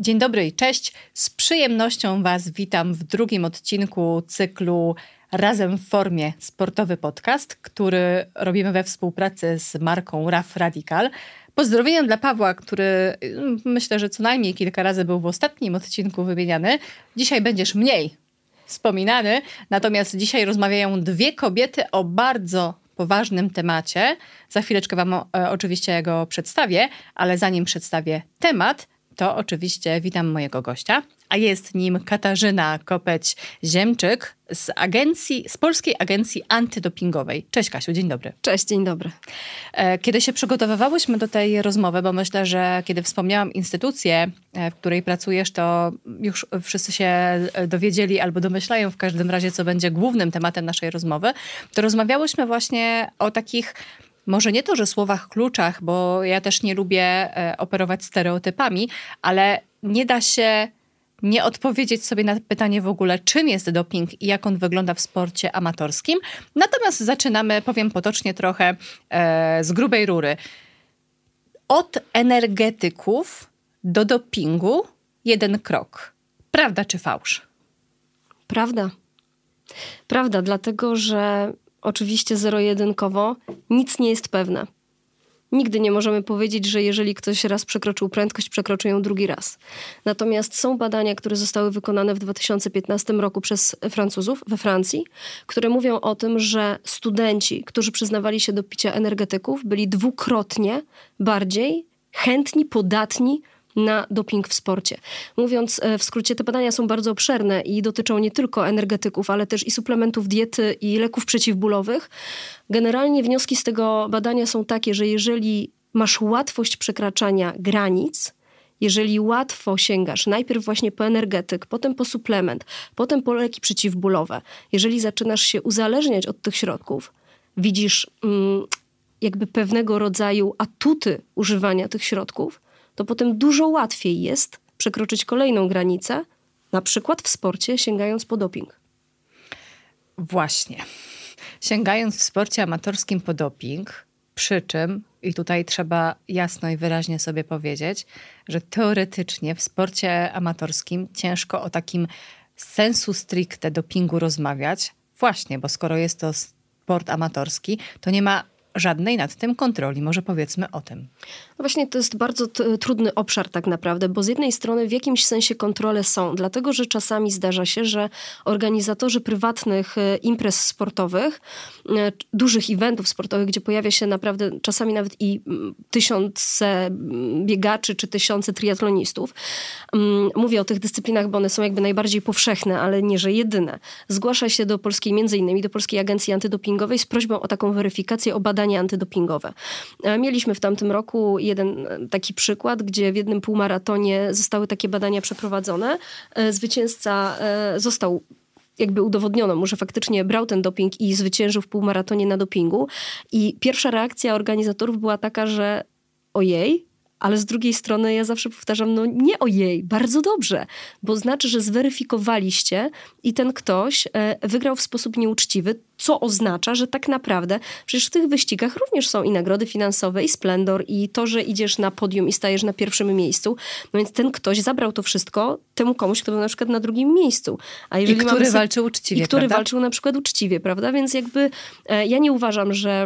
Dzień dobry i cześć. Z przyjemnością Was witam w drugim odcinku cyklu Razem w formie sportowy podcast, który robimy we współpracy z marką RAF Radical. Pozdrowienia dla Pawła, który myślę, że co najmniej kilka razy był w ostatnim odcinku wymieniany. Dzisiaj będziesz mniej wspominany, natomiast dzisiaj rozmawiają dwie kobiety o bardzo poważnym temacie. Za chwileczkę Wam oczywiście go przedstawię, ale zanim przedstawię temat, to oczywiście witam mojego gościa, a jest nim Katarzyna Kopeć-Ziemczyk z Polskiej Agencji Antydopingowej. Cześć Kasiu, dzień dobry. Cześć, dzień dobry. Kiedy się przygotowywałyśmy do tej rozmowy, bo myślę, że kiedy wspomniałam instytucję, w której pracujesz, to już wszyscy się dowiedzieli albo domyślają w każdym razie, co będzie głównym tematem naszej rozmowy, to rozmawiałyśmy właśnie o takich, może nie to, że słowach kluczach, bo ja też nie lubię operować stereotypami, ale nie da się nie odpowiedzieć sobie na pytanie w ogóle, czym jest doping i jak on wygląda w sporcie amatorskim. Natomiast zaczynamy, powiem potocznie trochę, z grubej rury. Od energetyków do dopingu jeden krok. Prawda czy fałsz? Prawda. Prawda, dlatego że oczywiście zero-jedynkowo nic nie jest pewne. Nigdy nie możemy powiedzieć, że jeżeli ktoś raz przekroczył prędkość, przekroczy ją drugi raz. Natomiast są badania, które zostały wykonane w 2015 roku przez Francuzów we Francji, które mówią o tym, że studenci, którzy przyznawali się do picia energetyków, byli dwukrotnie bardziej chętni, podatni na doping w sporcie. Mówiąc w skrócie, te badania są bardzo obszerne i dotyczą nie tylko energetyków, ale też i suplementów diety i leków przeciwbólowych. Generalnie wnioski z tego badania są takie, że jeżeli masz łatwość przekraczania granic, jeżeli łatwo sięgasz najpierw właśnie po energetyk, potem po suplement, potem po leki przeciwbólowe, jeżeli zaczynasz się uzależniać od tych środków, widzisz jakby pewnego rodzaju atuty używania tych środków, to potem dużo łatwiej jest przekroczyć kolejną granicę, na przykład w sporcie, sięgając po doping. Właśnie. Sięgając w sporcie amatorskim po doping, przy czym, i tutaj trzeba jasno i wyraźnie sobie powiedzieć, że teoretycznie w sporcie amatorskim ciężko o takim sensu stricte dopingu rozmawiać. Właśnie, bo skoro jest to sport amatorski, to nie ma żadnej nad tym kontroli. Może powiedzmy o tym. No właśnie to jest bardzo trudny obszar tak naprawdę, bo z jednej strony w jakimś sensie kontrole są, dlatego że czasami zdarza się, że organizatorzy prywatnych imprez sportowych, dużych eventów sportowych, gdzie pojawia się naprawdę czasami nawet i tysiące biegaczy czy tysiące triatlonistów. Mówię o tych dyscyplinach, bo one są jakby najbardziej powszechne, ale nie, że jedyne. Zgłasza się do polskiej, między innymi do Polskiej Agencji Antydopingowej z prośbą o taką weryfikację, o badania antydopingowe. Mieliśmy w tamtym roku jeden taki przykład, gdzie w jednym półmaratonie zostały takie badania przeprowadzone. Zwycięzca został, jakby udowodniono mu, że faktycznie brał ten doping i zwyciężył w półmaratonie na dopingu. I pierwsza reakcja organizatorów była taka, że ojej, ale z drugiej strony ja zawsze powtarzam, no nie ojej, bardzo dobrze, bo znaczy, że zweryfikowaliście i ten ktoś wygrał w sposób nieuczciwy, co oznacza, że tak naprawdę przecież w tych wyścigach również są i nagrody finansowe, i splendor, i to, że idziesz na podium i stajesz na pierwszym miejscu. No więc ten ktoś zabrał to wszystko temu komuś, kto był na przykład na drugim miejscu. A jeżeli I który walczył uczciwie, i który prawda? walczył na przykład uczciwie, prawda? Więc jakby ja nie uważam, że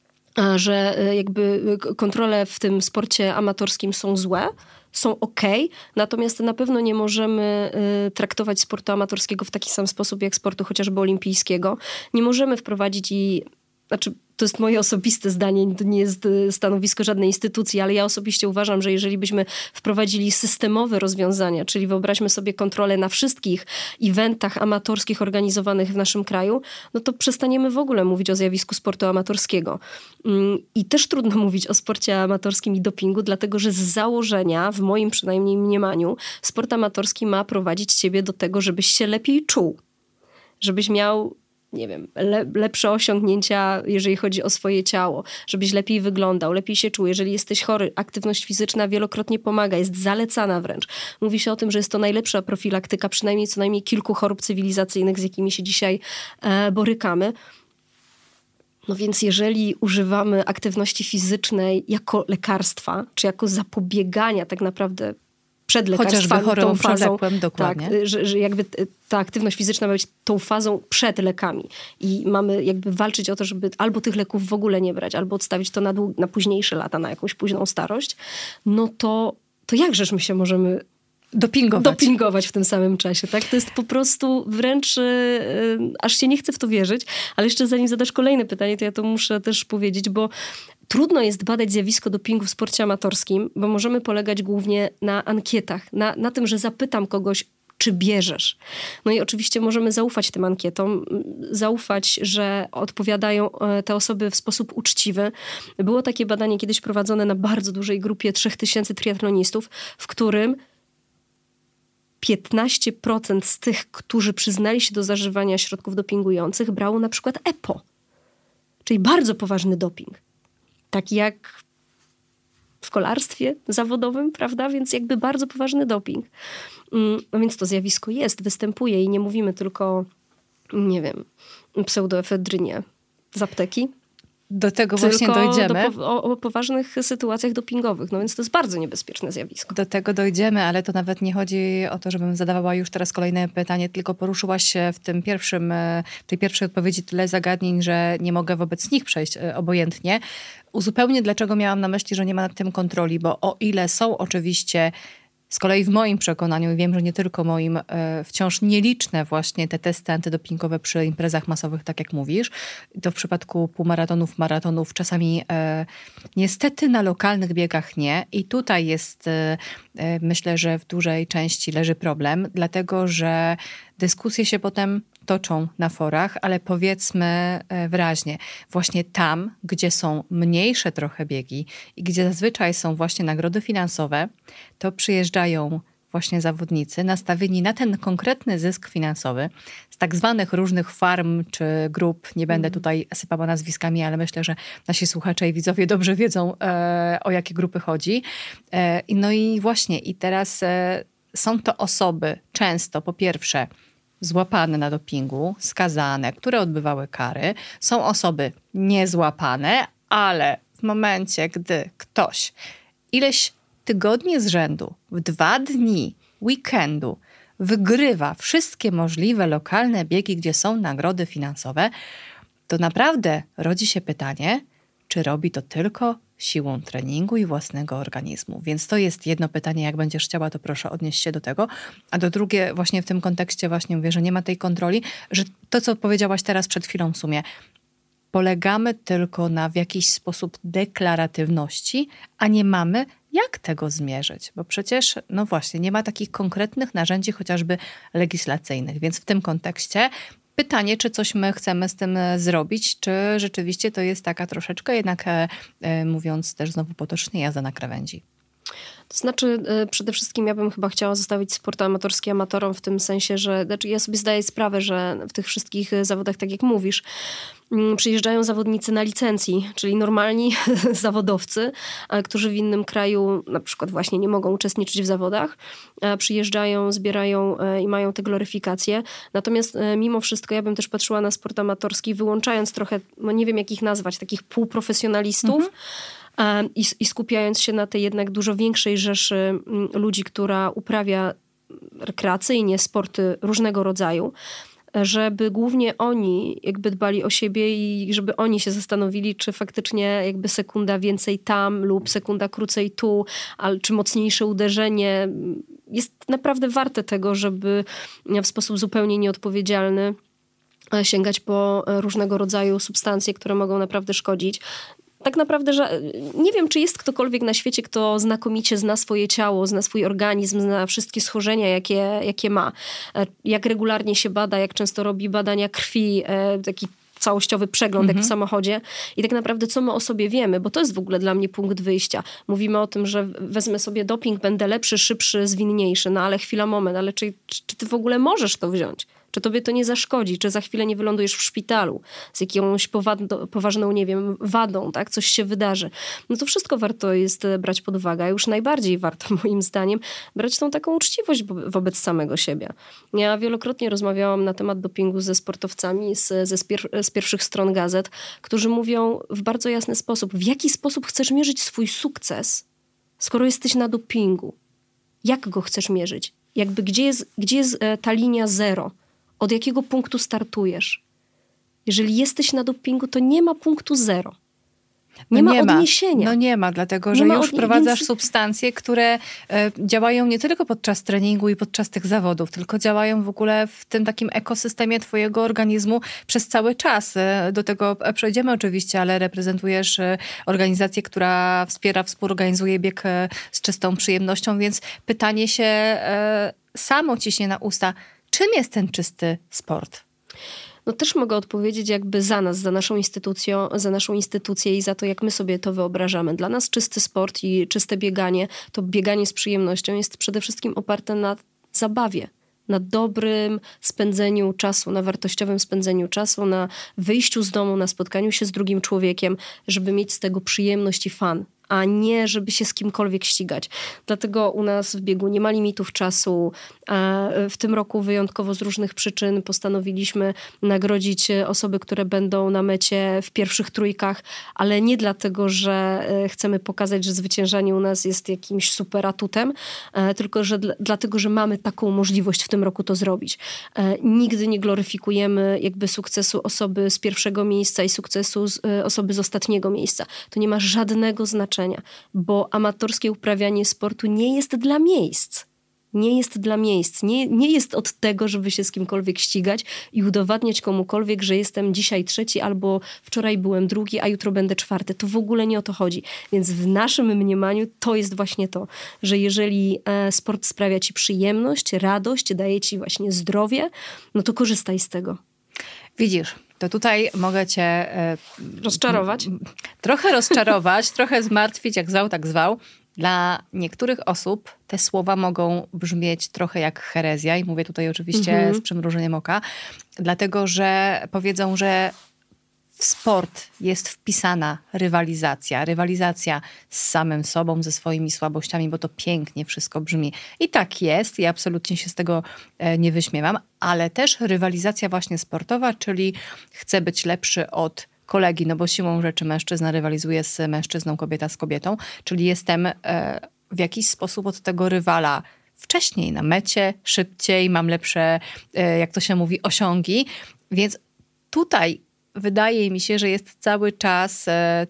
jakby kontrole w tym sporcie amatorskim są złe, są okej, natomiast na pewno nie możemy traktować sportu amatorskiego w taki sam sposób jak sportu chociażby olimpijskiego. Nie możemy wprowadzić to jest moje osobiste zdanie, to nie jest stanowisko żadnej instytucji, ale ja osobiście uważam, że jeżeli byśmy wprowadzili systemowe rozwiązania, czyli wyobraźmy sobie kontrolę na wszystkich eventach amatorskich organizowanych w naszym kraju, no to przestaniemy w ogóle mówić o zjawisku sportu amatorskiego. I też trudno mówić o sporcie amatorskim i dopingu, dlatego że z założenia, w moim przynajmniej mniemaniu, sport amatorski ma prowadzić ciebie do tego, żebyś się lepiej czuł, żebyś miał, nie wiem, lepsze osiągnięcia, jeżeli chodzi o swoje ciało, żebyś lepiej wyglądał, lepiej się czuł. Jeżeli jesteś chory, aktywność fizyczna wielokrotnie pomaga, jest zalecana wręcz. Mówi się o tym, że jest to najlepsza profilaktyka przynajmniej co najmniej kilku chorób cywilizacyjnych, z jakimi się dzisiaj borykamy. No więc jeżeli używamy aktywności fizycznej jako lekarstwa, czy jako zapobiegania tak naprawdę przed lekarstwami, tą fazą. Dokładnie. Tak, że jakby ta aktywność fizyczna ma być tą fazą przed lekami. I mamy jakby walczyć o to, żeby albo tych leków w ogóle nie brać, albo odstawić to na późniejsze lata, na jakąś późną starość. No to jakżeż my się możemy dopingować w tym samym czasie, tak? To jest po prostu wręcz, aż się nie chce w to wierzyć, ale jeszcze zanim zadasz kolejne pytanie, to ja to muszę też powiedzieć, bo trudno jest badać zjawisko dopingu w sporcie amatorskim, bo możemy polegać głównie na ankietach, na tym, że zapytam kogoś, czy bierzesz. No i oczywiście możemy zaufać tym ankietom, zaufać, że odpowiadają te osoby w sposób uczciwy. Było takie badanie kiedyś prowadzone na bardzo dużej grupie 3000 triatlonistów, w którym 15% z tych, którzy przyznali się do zażywania środków dopingujących, brało na przykład EPO, czyli bardzo poważny doping. Taki jak w kolarstwie zawodowym, prawda? Więc jakby bardzo poważny doping. No więc to zjawisko występuje i nie mówimy tylko, nie wiem, pseudoefedrynie z apteki. Do tego właśnie dojdziemy. O poważnych sytuacjach dopingowych. No więc to jest bardzo niebezpieczne zjawisko. Do tego dojdziemy, ale to nawet nie chodzi o to, żebym zadawała już teraz kolejne pytanie, tylko poruszyłaś w tej pierwszej odpowiedzi tyle zagadnień, że nie mogę wobec nich przejść obojętnie. Uzupełnię, dlaczego miałam na myśli, że nie ma nad tym kontroli, bo o ile są oczywiście z kolei w moim przekonaniu, i wiem, że nie tylko moim, wciąż nieliczne właśnie te testy antydopingowe przy imprezach masowych, tak jak mówisz. To w przypadku półmaratonów, maratonów, czasami niestety na lokalnych biegach nie. I tutaj jest, myślę, że w dużej części leży problem, dlatego że dyskusje się potem toczą na forach, ale powiedzmy wyraźnie, właśnie tam, gdzie są mniejsze trochę biegi i gdzie zazwyczaj są właśnie nagrody finansowe, to przyjeżdżają właśnie zawodnicy nastawieni na ten konkretny zysk finansowy z tak zwanych różnych farm czy grup. Nie będę tutaj sypała nazwiskami, ale myślę, że nasi słuchacze i widzowie dobrze wiedzą, o jakie grupy chodzi. No i właśnie, i teraz są to osoby często, po pierwsze, złapane na dopingu, skazane, które odbywały kary. Są osoby niezłapane, ale w momencie, gdy ktoś ileś tygodni z rzędu, w 2 dni weekendu wygrywa wszystkie możliwe lokalne biegi, gdzie są nagrody finansowe, to naprawdę rodzi się pytanie, czy robi to tylko siłą treningu i własnego organizmu. Więc to jest jedno pytanie, jak będziesz chciała, to proszę odnieść się do tego. A do drugie, właśnie w tym kontekście właśnie mówię, że nie ma tej kontroli, że to, co powiedziałaś teraz przed chwilą w sumie, polegamy tylko na w jakiś sposób deklaratywności, a nie mamy jak tego zmierzyć. Bo przecież, no właśnie, nie ma takich konkretnych narzędzi, chociażby legislacyjnych. Więc w tym kontekście pytanie, czy coś my chcemy z tym zrobić, czy rzeczywiście to jest taka troszeczkę jednak, mówiąc też znowu potocznie, jazda na krawędzi. To znaczy, przede wszystkim ja bym chyba chciała zostawić sport amatorski amatorom w tym sensie, że ja sobie zdaję sprawę, że w tych wszystkich zawodach, tak jak mówisz, przyjeżdżają zawodnicy na licencji, czyli normalni zawodowcy, którzy w innym kraju na przykład właśnie nie mogą uczestniczyć w zawodach, przyjeżdżają, zbierają i mają te gloryfikacje. Natomiast mimo wszystko ja bym też patrzyła na sport amatorski, wyłączając trochę, no nie wiem jak ich nazwać, takich półprofesjonalistów, i skupiając się na tej jednak dużo większej rzeszy ludzi, która uprawia rekreacyjnie sporty różnego rodzaju, żeby głównie oni jakby dbali o siebie i żeby oni się zastanowili, czy faktycznie jakby sekunda więcej tam lub sekunda krócej tu, czy mocniejsze uderzenie jest naprawdę warte tego, żeby w sposób zupełnie nieodpowiedzialny sięgać po różnego rodzaju substancje, które mogą naprawdę szkodzić. Tak naprawdę, że nie wiem, czy jest ktokolwiek na świecie, kto znakomicie zna swoje ciało, zna swój organizm, zna wszystkie schorzenia, jakie ma. Jak regularnie się bada, jak często robi badania krwi, taki całościowy przegląd, jak w samochodzie. I tak naprawdę, co my o sobie wiemy, bo to jest w ogóle dla mnie punkt wyjścia. Mówimy o tym, że wezmę sobie doping, będę lepszy, szybszy, zwinniejszy, no ale chwila, moment, ale czy ty w ogóle możesz to wziąć? Czy tobie to nie zaszkodzi? Czy za chwilę nie wylądujesz w szpitalu z jakąś poważną, nie wiem, wadą, tak? Coś się wydarzy. No to wszystko warto jest brać pod uwagę. A już najbardziej warto, moim zdaniem, brać tą taką uczciwość wobec samego siebie. Ja wielokrotnie rozmawiałam na temat dopingu ze sportowcami z pierwszych stron gazet, którzy mówią w bardzo jasny sposób, w jaki sposób chcesz mierzyć swój sukces, skoro jesteś na dopingu. Jak go chcesz mierzyć? Jakby gdzie jest ta linia zero? Od jakiego punktu startujesz? Jeżeli jesteś na dopingu, to nie ma punktu zero. Nie ma odniesienia. No nie ma, dlatego że już wprowadzasz substancje, które działają nie tylko podczas treningu i podczas tych zawodów, tylko działają w ogóle w tym takim ekosystemie twojego organizmu przez cały czas. Do tego przejdziemy oczywiście, ale reprezentujesz organizację, która współorganizuje bieg z czystą przyjemnością, więc pytanie się samo ciśnie na usta. Czym jest ten czysty sport? No też mogę odpowiedzieć jakby za nas, za naszą instytucję i za to, jak my sobie to wyobrażamy. Dla nas czysty sport i czyste bieganie, to bieganie z przyjemnością jest przede wszystkim oparte na zabawie, na dobrym spędzeniu czasu, na wartościowym spędzeniu czasu, na wyjściu z domu, na spotkaniu się z drugim człowiekiem, żeby mieć z tego przyjemność i fan, a nie żeby się z kimkolwiek ścigać. Dlatego u nas w biegu nie ma limitów czasu. W tym roku wyjątkowo z różnych przyczyn postanowiliśmy nagrodzić osoby, które będą na mecie w pierwszych trójkach, ale nie dlatego, że chcemy pokazać, że zwyciężanie u nas jest jakimś super atutem, tylko dlatego, że mamy taką możliwość w tym roku to zrobić. Nigdy nie gloryfikujemy jakby sukcesu osoby z pierwszego miejsca i sukcesu osoby z ostatniego miejsca. To nie ma żadnego znaczenia, bo amatorskie uprawianie sportu nie jest dla miejsc. Nie jest dla miejsc. Nie jest od tego, żeby się z kimkolwiek ścigać i udowadniać komukolwiek, że jestem dzisiaj trzeci albo wczoraj byłem drugi, a jutro będę czwarty. To w ogóle nie o to chodzi. Więc w naszym mniemaniu to jest właśnie to, że jeżeli sport sprawia ci przyjemność, radość, daje ci właśnie zdrowie, no to korzystaj z tego. Widzisz, to tutaj mogę cię rozczarować. Trochę rozczarować, trochę zmartwić, jak zwał, tak zwał. Dla niektórych osób te słowa mogą brzmieć trochę jak herezja i mówię tutaj oczywiście z przymrużeniem oka, dlatego że powiedzą, że w sport jest wpisana rywalizacja z samym sobą, ze swoimi słabościami, bo to pięknie wszystko brzmi. I tak jest, i absolutnie się z tego nie wyśmiewam, ale też rywalizacja właśnie sportowa, czyli chcę być lepszy od kolegi, no bo siłą rzeczy mężczyzna rywalizuje z mężczyzną, kobieta z kobietą, czyli jestem w jakiś sposób od tego rywala wcześniej na mecie, szybciej, mam lepsze, jak to się mówi, osiągi, więc tutaj wydaje mi się, że jest cały czas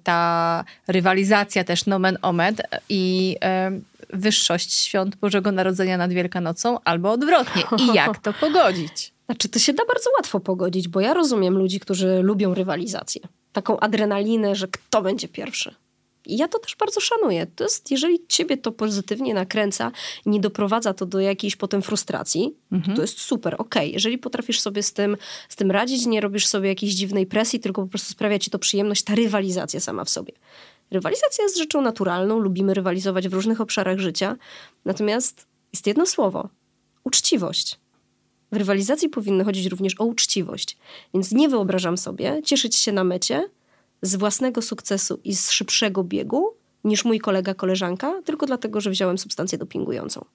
ta rywalizacja też nomen omen i wyższość świąt Bożego Narodzenia nad Wielkanocą albo odwrotnie. I jak to pogodzić? Znaczy, to się da bardzo łatwo pogodzić, bo ja rozumiem ludzi, którzy lubią rywalizację. Taką adrenalinę, że kto będzie pierwszy. I ja to też bardzo szanuję. To jest, jeżeli ciebie to pozytywnie nakręca i nie doprowadza to do jakiejś potem frustracji, to jest super, okej. Jeżeli potrafisz sobie z tym radzić, nie robisz sobie jakiejś dziwnej presji, tylko po prostu sprawia ci to przyjemność, ta rywalizacja sama w sobie. Rywalizacja jest rzeczą naturalną, lubimy rywalizować w różnych obszarach życia, natomiast jest jedno słowo. Uczciwość. W rywalizacji powinno chodzić również o uczciwość. Więc nie wyobrażam sobie cieszyć się na mecie z własnego sukcesu i z szybszego biegu niż mój kolega, koleżanka, tylko dlatego, że wziąłem substancję dopingującą.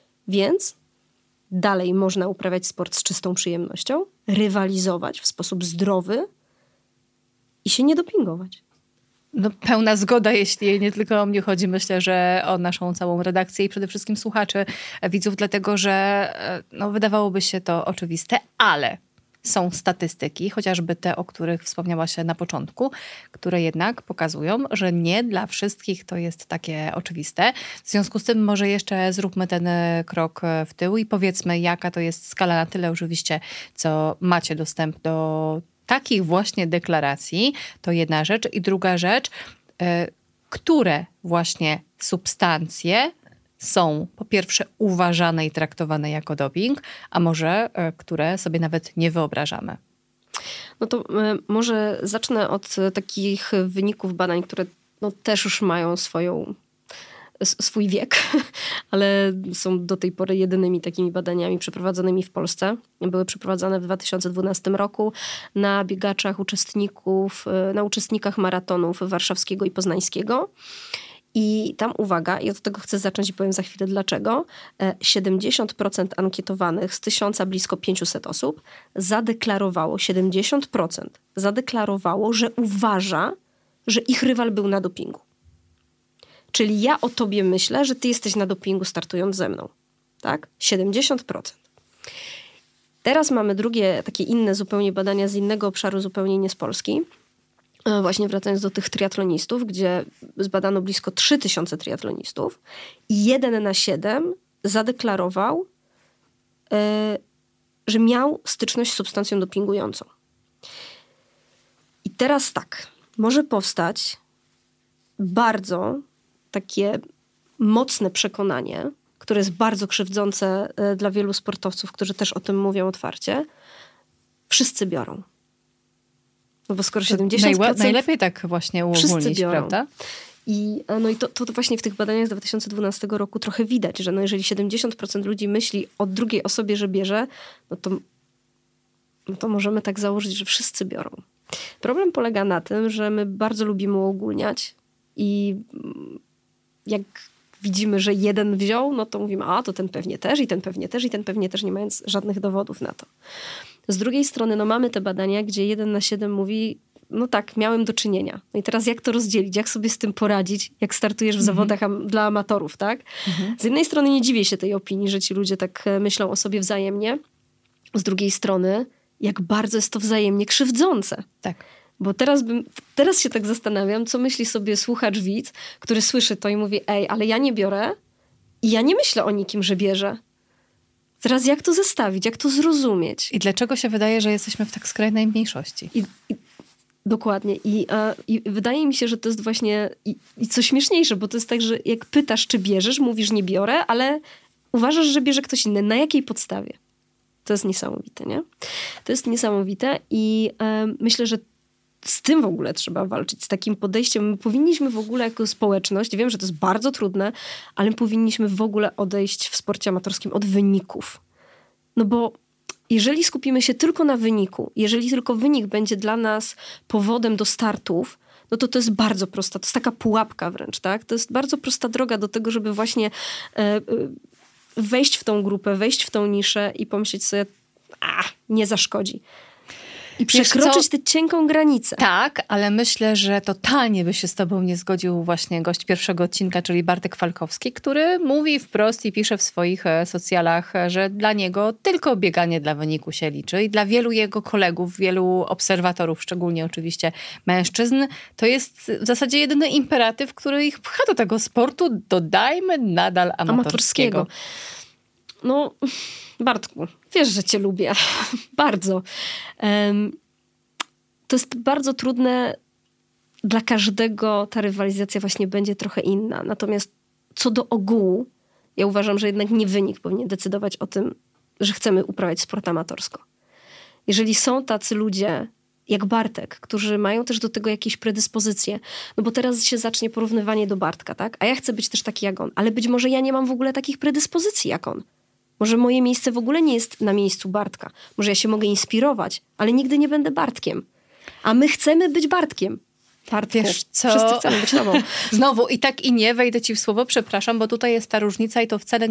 Więc dalej można uprawiać sport z czystą przyjemnością, rywalizować w sposób zdrowy i się nie dopingować. No, pełna zgoda, jeśli nie tylko o mnie chodzi, myślę, że o naszą całą redakcję i przede wszystkim słuchaczy, widzów, dlatego że no, wydawałoby się to oczywiste, ale są statystyki, chociażby te, o których wspomniałaś na początku, które jednak pokazują, że nie dla wszystkich to jest takie oczywiste. W związku z tym może jeszcze zróbmy ten krok w tył i powiedzmy, jaka to jest skala na tyle oczywiście, co macie dostęp do takich właśnie deklaracji. To jedna rzecz. I druga rzecz, które właśnie substancje są po pierwsze uważane i traktowane jako doping, a może które sobie nawet nie wyobrażamy. No to może zacznę od takich wyników badań, które no też już mają swój wiek, ale są do tej pory jedynymi takimi badaniami przeprowadzonymi w Polsce. Były przeprowadzone w 2012 roku na biegaczach na uczestnikach maratonów warszawskiego i poznańskiego. I tam uwaga, i od tego chcę zacząć i powiem za chwilę dlaczego. 70% ankietowanych z 1000 blisko 500 osób zadeklarowało, 70% zadeklarowało, że uważa, że ich rywal był na dopingu. Czyli ja o tobie myślę, że ty jesteś na dopingu startując ze mną. Tak? 70%. Teraz mamy drugie, takie inne zupełnie badania z innego obszaru, zupełnie nie z Polski. Właśnie wracając do tych triatlonistów, gdzie zbadano blisko 3000 triatlonistów i 1 na 7 zadeklarował, że miał styczność z substancją dopingującą. I teraz tak, może powstać bardzo takie mocne przekonanie, które jest bardzo krzywdzące dla wielu sportowców, którzy też o tym mówią otwarcie. Wszyscy biorą. No bo skoro 70%... Najlepiej tak właśnie uogólnić, prawda? I to właśnie w tych badaniach z 2012 roku trochę widać, że jeżeli 70% ludzi myśli o drugiej osobie, że bierze, no to możemy tak założyć, że wszyscy biorą. Problem polega na tym, że my bardzo lubimy uogólniać i jak widzimy, że jeden wziął, no to mówimy, to ten pewnie też i ten pewnie też i ten pewnie też, nie mając żadnych dowodów na to. Z drugiej strony mamy te badania, gdzie 1 na 7 mówi, no tak, miałem do czynienia. No i teraz jak to rozdzielić? Jak sobie z tym poradzić? Jak startujesz w zawodach dla amatorów, tak? Z jednej strony nie dziwię się tej opinii, że ci ludzie tak myślą o sobie wzajemnie. Z drugiej strony, jak bardzo jest to wzajemnie krzywdzące. Tak. Bo teraz się tak zastanawiam, co myśli sobie słuchacz, widz, który słyszy to i mówi, ale ja nie biorę i ja nie myślę o nikim, że bierze. Teraz jak to zestawić? Jak to zrozumieć? I dlaczego się wydaje, że jesteśmy w tak skrajnej mniejszości? Dokładnie. I wydaje mi się, że to jest właśnie i co śmieszniejsze, bo to jest tak, że jak pytasz, czy bierzesz, mówisz nie biorę, ale uważasz, że bierze ktoś inny. Na jakiej podstawie? To jest niesamowite, nie? To jest niesamowite i myślę, że z tym w ogóle trzeba walczyć, z takim podejściem. My powinniśmy w ogóle jako społeczność, wiem, że to jest bardzo trudne, ale powinniśmy w ogóle odejść w sporcie amatorskim od wyników. No bo jeżeli skupimy się tylko na wyniku, jeżeli tylko wynik będzie dla nas powodem do startów, no to jest bardzo prosta, to jest taka pułapka wręcz, tak? To jest bardzo prosta droga do tego, żeby właśnie wejść w tą grupę, wejść w tą niszę i pomyśleć sobie, nie zaszkodzi. I przekroczyć tę cienką granicę. Tak, ale myślę, że totalnie by się z tobą nie zgodził właśnie gość pierwszego odcinka, czyli Bartek Falkowski, który mówi wprost i pisze w swoich socjalach, że dla niego tylko bieganie dla wyniku się liczy i dla wielu jego kolegów, wielu obserwatorów, szczególnie oczywiście mężczyzn, to jest w zasadzie jedyny imperatyw, który ich pcha do tego sportu, dodajmy nadal amatorskiego. No, Bartku, wiesz, że cię lubię. Bardzo. To jest bardzo trudne. Dla każdego ta rywalizacja właśnie będzie trochę inna. Natomiast co do ogółu, ja uważam, że jednak nie wynik powinien decydować o tym, że chcemy uprawiać sport amatorsko. Jeżeli są tacy ludzie, jak Bartek, którzy mają też do tego jakieś predyspozycje, no bo teraz się zacznie porównywanie do Bartka, tak? A ja chcę być też taki jak on. Ale być może ja nie mam w ogóle takich predyspozycji jak on. Może moje miejsce w ogóle nie jest na miejscu Bartka. Może ja się mogę inspirować, ale nigdy nie będę Bartkiem. A my chcemy być Bartkiem. Bartku, wiesz co? Wszyscy chcemy być tobą. Znowu i tak i nie, wejdę ci w słowo, przepraszam, bo tutaj jest ta różnica i to wcale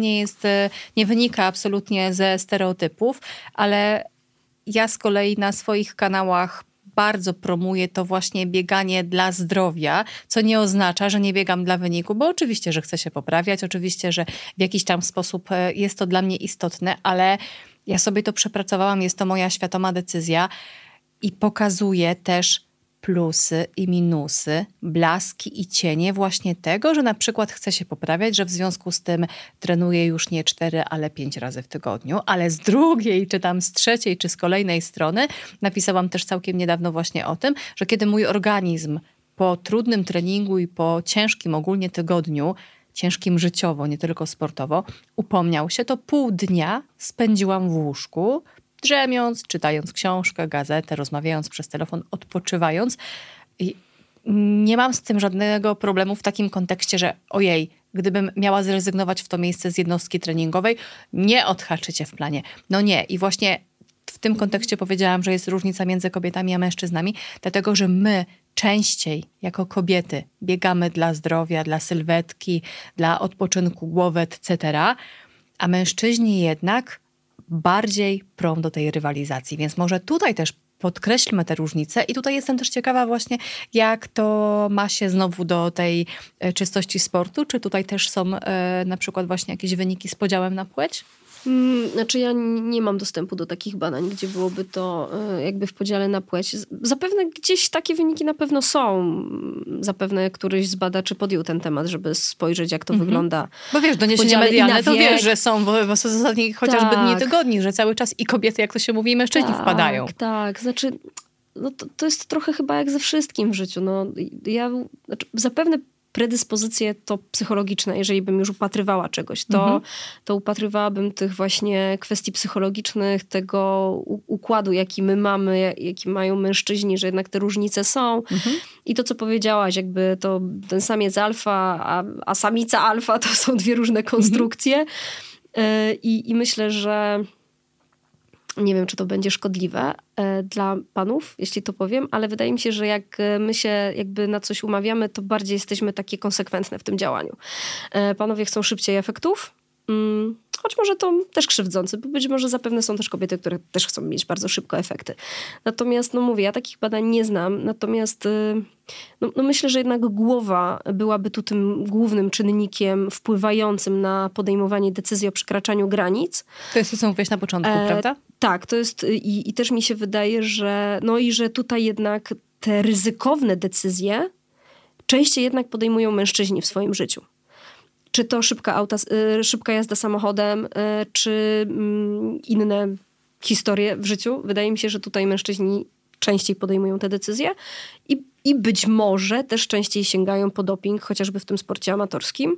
nie wynika absolutnie ze stereotypów, ale ja z kolei na swoich kanałach bardzo promuję to właśnie bieganie dla zdrowia, co nie oznacza, że nie biegam dla wyniku, bo oczywiście, że chcę się poprawiać, oczywiście, że w jakiś tam sposób jest to dla mnie istotne, ale ja sobie to przepracowałam, jest to moja świadoma decyzja i pokazuję też plusy i minusy, blaski i cienie właśnie tego, że na przykład chcę się poprawiać, że w związku z tym trenuję już nie 4, ale 5 razy w tygodniu, ale z drugiej, czy tam z trzeciej, czy z kolejnej strony napisałam też całkiem niedawno właśnie o tym, że kiedy mój organizm po trudnym treningu i po ciężkim ogólnie tygodniu, ciężkim życiowo, nie tylko sportowo, upomniał się, to pół dnia spędziłam w łóżku, drzemiąc, czytając książkę, gazetę, rozmawiając przez telefon, odpoczywając. I nie mam z tym żadnego problemu w takim kontekście, że ojej, gdybym miała zrezygnować w to miejsce z jednostki treningowej, nie odhaczycie w planie. No nie. I właśnie w tym kontekście powiedziałam, że jest różnica między kobietami a mężczyznami, dlatego, że my częściej jako kobiety biegamy dla zdrowia, dla sylwetki, dla odpoczynku głowy, etc., a mężczyźni jednak bardziej prą do tej rywalizacji. Więc może tutaj też podkreślmy te różnice. I tutaj jestem też ciekawa właśnie, jak to ma się znowu do tej czystości sportu. Czy tutaj też są na przykład właśnie jakieś wyniki z podziałem na płeć? Znaczy ja nie mam dostępu do takich badań, gdzie byłoby to jakby w podziale na płeć. Zapewne gdzieś takie wyniki na pewno są. Zapewne któryś z badaczy podjął ten temat, żeby spojrzeć, jak to wygląda. Bo wiesz, doniesienia medialne to wiesz, że są w ostatnich chociażby dni, tygodni, że cały czas i kobiety, jak to się mówi, i mężczyźni wpadają. Tak, znaczy no to jest trochę chyba jak ze wszystkim w życiu. No, zapewne predyspozycje to psychologiczne, jeżeli bym już upatrywała czegoś, to upatrywałabym tych właśnie kwestii psychologicznych, tego układu, jaki my mamy, jaki mają mężczyźni, że jednak te różnice są. I to, co powiedziałaś, jakby to ten samiec alfa, a samica alfa to są dwie różne konstrukcje. I myślę, że nie wiem, czy to będzie szkodliwe dla panów, jeśli to powiem, ale wydaje mi się, że jak my się jakby na coś umawiamy, to bardziej jesteśmy takie konsekwentne w tym działaniu. Panowie chcą szybciej efektów, choć może to też krzywdzące, bo być może zapewne są też kobiety, które też chcą mieć bardzo szybko efekty. Natomiast, no mówię, ja takich badań nie znam, natomiast no myślę, że jednak głowa byłaby tu tym głównym czynnikiem wpływającym na podejmowanie decyzji o przekraczaniu granic. To jest to, co mówiłeś na początku, prawda? Tak, to jest i też mi się wydaje, że że tutaj jednak te ryzykowne decyzje częściej jednak podejmują mężczyźni w swoim życiu. Czy to szybka jazda samochodem, czy inne historie w życiu. Wydaje mi się, że tutaj mężczyźni częściej podejmują te decyzje i być może też częściej sięgają po doping, chociażby w tym sporcie amatorskim.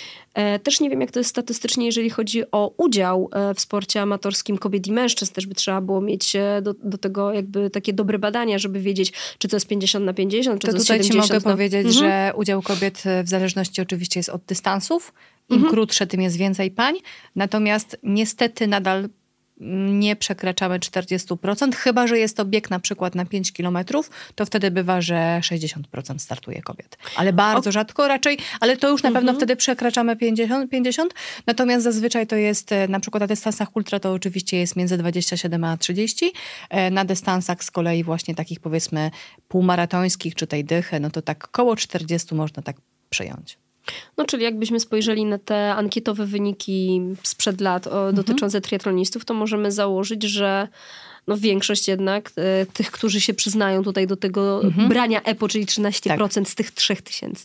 Też nie wiem, jak to jest statystycznie, jeżeli chodzi o udział w sporcie amatorskim kobiet i mężczyzn. Też by trzeba było mieć do tego jakby takie dobre badania, żeby wiedzieć, czy to jest 50/50, czy to jest 70. Tutaj ci mogę powiedzieć, że udział kobiet w zależności oczywiście jest od dystansów. Im krótsze, tym jest więcej pań. Natomiast niestety nadal nie przekraczamy 40%, chyba że jest to bieg na przykład na 5 kilometrów, to wtedy bywa, że 60% startuje kobiet. Ale bardzo rzadko raczej, ale to już na pewno wtedy przekraczamy 50, natomiast zazwyczaj to jest na przykład na dystansach ultra to oczywiście jest między 27 a 30, na dystansach z kolei właśnie takich powiedzmy półmaratońskich czy tej dychy, no to tak koło 40 można tak przyjąć. No, czyli jakbyśmy spojrzeli na te ankietowe wyniki sprzed lat dotyczące triatlonistów, to możemy założyć, że większość jednak tych, którzy się przyznają tutaj do tego brania EPO, czyli 13% z tych 3000,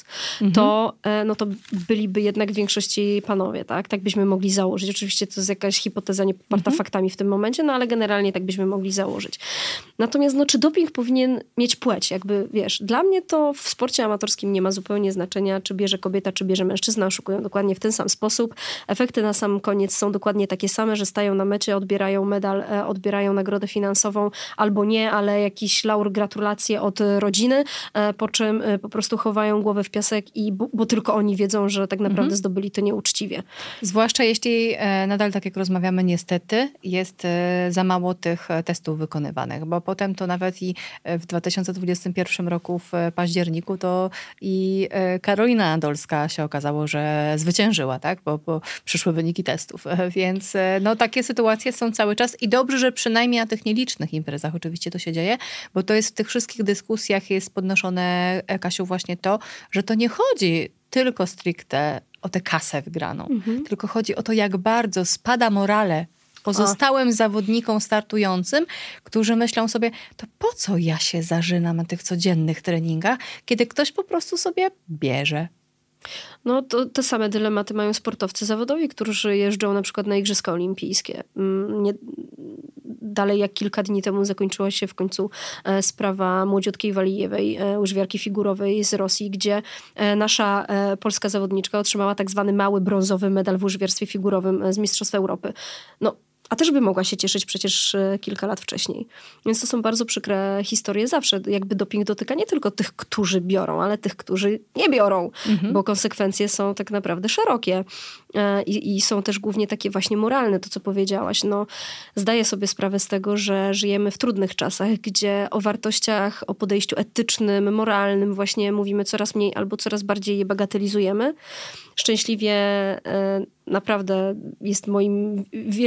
to byliby jednak w większości panowie, tak? Tak byśmy mogli założyć. Oczywiście to jest jakaś hipoteza nie poparta faktami w tym momencie, ale generalnie tak byśmy mogli założyć. Natomiast czy doping powinien mieć płeć? Jakby, wiesz, dla mnie to w sporcie amatorskim nie ma zupełnie znaczenia, czy bierze kobieta, czy bierze mężczyzna. Oszukują dokładnie w ten sam sposób. Efekty na sam koniec są dokładnie takie same, że stają na mecie, odbierają medal, odbierają nagrodę finansową albo nie, ale jakiś laur, gratulacje od rodziny, po czym po prostu chowają głowę w piasek bo tylko oni wiedzą, że tak naprawdę zdobyli to nieuczciwie. Zwłaszcza jeśli nadal, tak jak rozmawiamy, niestety jest za mało tych testów wykonywanych, bo potem to nawet i w 2021 roku w październiku to i Karolina Nadolska się okazało, że zwyciężyła, tak? Bo przyszły wyniki testów. Więc takie sytuacje są cały czas i dobrze, że przynajmniej na tych nielicznych imprezach oczywiście to się dzieje, bo to jest w tych wszystkich dyskusjach jest podnoszone, Kasiu, właśnie to, że to nie chodzi tylko stricte o tę kasę wygraną, tylko chodzi o to, jak bardzo spada morale pozostałym zawodnikom startującym, którzy myślą sobie, to po co ja się zażynam na tych codziennych treningach, kiedy ktoś po prostu sobie bierze. No to te same dylematy mają sportowcy zawodowi, którzy jeżdżą na przykład na Igrzyska Olimpijskie. Dalej jak kilka dni temu zakończyła się w końcu sprawa młodziutkiej Walijewej, łyżwiarki figurowej z Rosji, gdzie nasza polska zawodniczka otrzymała tak zwany mały brązowy medal w łyżwiarstwie figurowym z Mistrzostw Europy. A też by mogła się cieszyć przecież kilka lat wcześniej. Więc to są bardzo przykre historie. Zawsze jakby doping dotyka nie tylko tych, którzy biorą, ale tych, którzy nie biorą, bo konsekwencje są tak naprawdę szerokie. I są też głównie takie właśnie moralne, to co powiedziałaś. Zdaję sobie sprawę z tego, że żyjemy w trudnych czasach, gdzie o wartościach, o podejściu etycznym, moralnym właśnie mówimy coraz mniej albo coraz bardziej je bagatelizujemy. Szczęśliwie naprawdę jest moim wielkim zasobem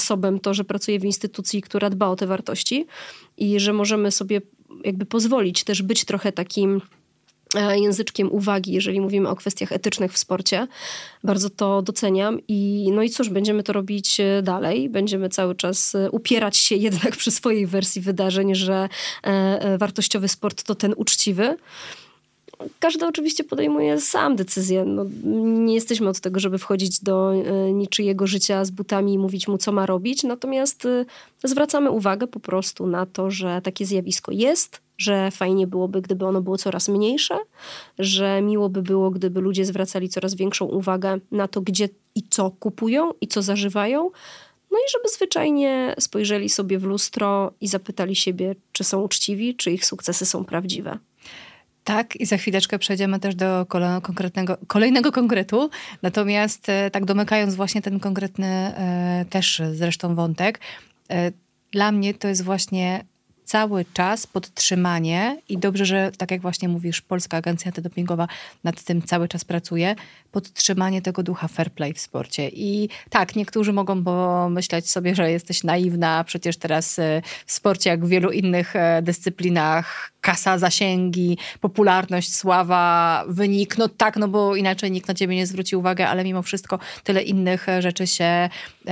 zasobem to, że pracuję w instytucji, która dba o te wartości i że możemy sobie jakby pozwolić też być trochę takim języczkiem uwagi, jeżeli mówimy o kwestiach etycznych w sporcie. Bardzo to doceniam no i cóż, będziemy to robić dalej. Będziemy cały czas upierać się jednak przy swojej wersji wydarzeń, że wartościowy sport to ten uczciwy. Każdy oczywiście podejmuje sam decyzję. No, nie jesteśmy od tego, żeby wchodzić do niczyjego życia z butami i mówić mu, co ma robić. Natomiast zwracamy uwagę po prostu na to, że takie zjawisko jest, że fajnie byłoby, gdyby ono było coraz mniejsze, że miło by było, gdyby ludzie zwracali coraz większą uwagę na to, gdzie i co kupują i co zażywają. No i żeby zwyczajnie spojrzeli sobie w lustro i zapytali siebie, czy są uczciwi, czy ich sukcesy są prawdziwe. Tak, i za chwileczkę przejdziemy też do kolejnego konkretu. Natomiast tak domykając właśnie ten konkretny też zresztą wątek, dla mnie to jest właśnie cały czas podtrzymanie i dobrze, że tak jak właśnie mówisz, Polska Agencja Antydopingowa nad tym cały czas pracuje, podtrzymanie tego ducha fair play w sporcie. I tak, niektórzy mogą pomyśleć sobie, że jesteś naiwna, przecież teraz w sporcie, jak w wielu innych dyscyplinach, kasa, zasięgi, popularność, sława, wynik, no tak, no bo inaczej nikt na ciebie nie zwróci uwagi, ale mimo wszystko tyle innych rzeczy się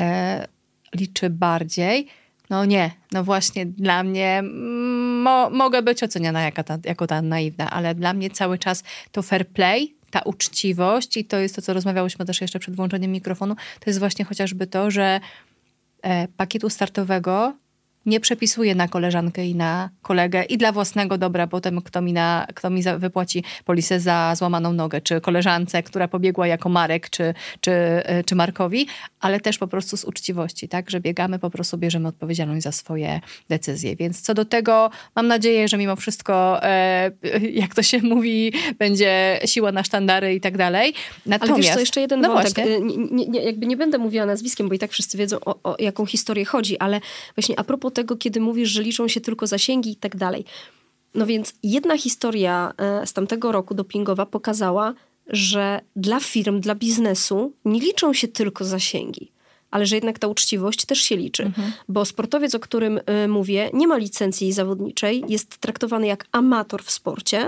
liczy bardziej. No nie, no właśnie dla mnie mogę być oceniana jako ta naiwna, ale dla mnie cały czas to fair play, ta uczciwość i to jest to, co rozmawiałyśmy też jeszcze przed włączeniem mikrofonu, to jest właśnie chociażby to, że pakietu startowego nie przepisuję na koleżankę i na kolegę i dla własnego dobra potem kto mi wypłaci polisę za złamaną nogę, czy koleżance, która pobiegła jako Marek, czy Markowi, ale też po prostu z uczciwości, tak, że biegamy, po prostu bierzemy odpowiedzialność za swoje decyzje. Więc co do tego mam nadzieję, że mimo wszystko, jak to się mówi, będzie siła na sztandary i tak dalej. Natomiast, ale wiesz co, jeszcze jeden wątek. Właśnie. Jakby nie będę mówiła nazwiskiem, bo i tak wszyscy wiedzą, o jaką historię chodzi, ale właśnie a propos tego, kiedy mówisz, że liczą się tylko zasięgi i tak dalej. No więc jedna historia z tamtego roku dopingowa pokazała, że dla firm, dla biznesu nie liczą się tylko zasięgi, ale że jednak ta uczciwość też się liczy. Bo sportowiec, o którym mówię, nie ma licencji zawodniczej, jest traktowany jak amator w sporcie,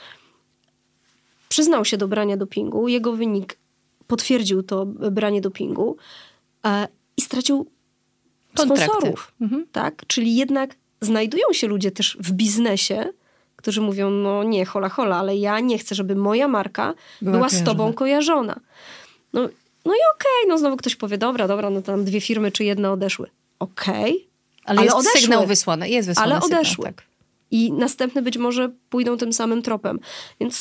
przyznał się do brania dopingu, jego wynik potwierdził to branie dopingu i stracił sponsorów. Tak? Czyli jednak znajdują się ludzie też w biznesie, którzy mówią, no nie, hola, ale ja nie chcę, żeby moja marka była z tobą kojarzona. No i okej, no znowu ktoś powie, dobra, no tam 2 firmy czy 1 odeszły. Okej. Ale jest odeszły. Sygnał wysłany. Jest wysłany ale sygnał, odeszły. Tak. I następne być może pójdą tym samym tropem. Więc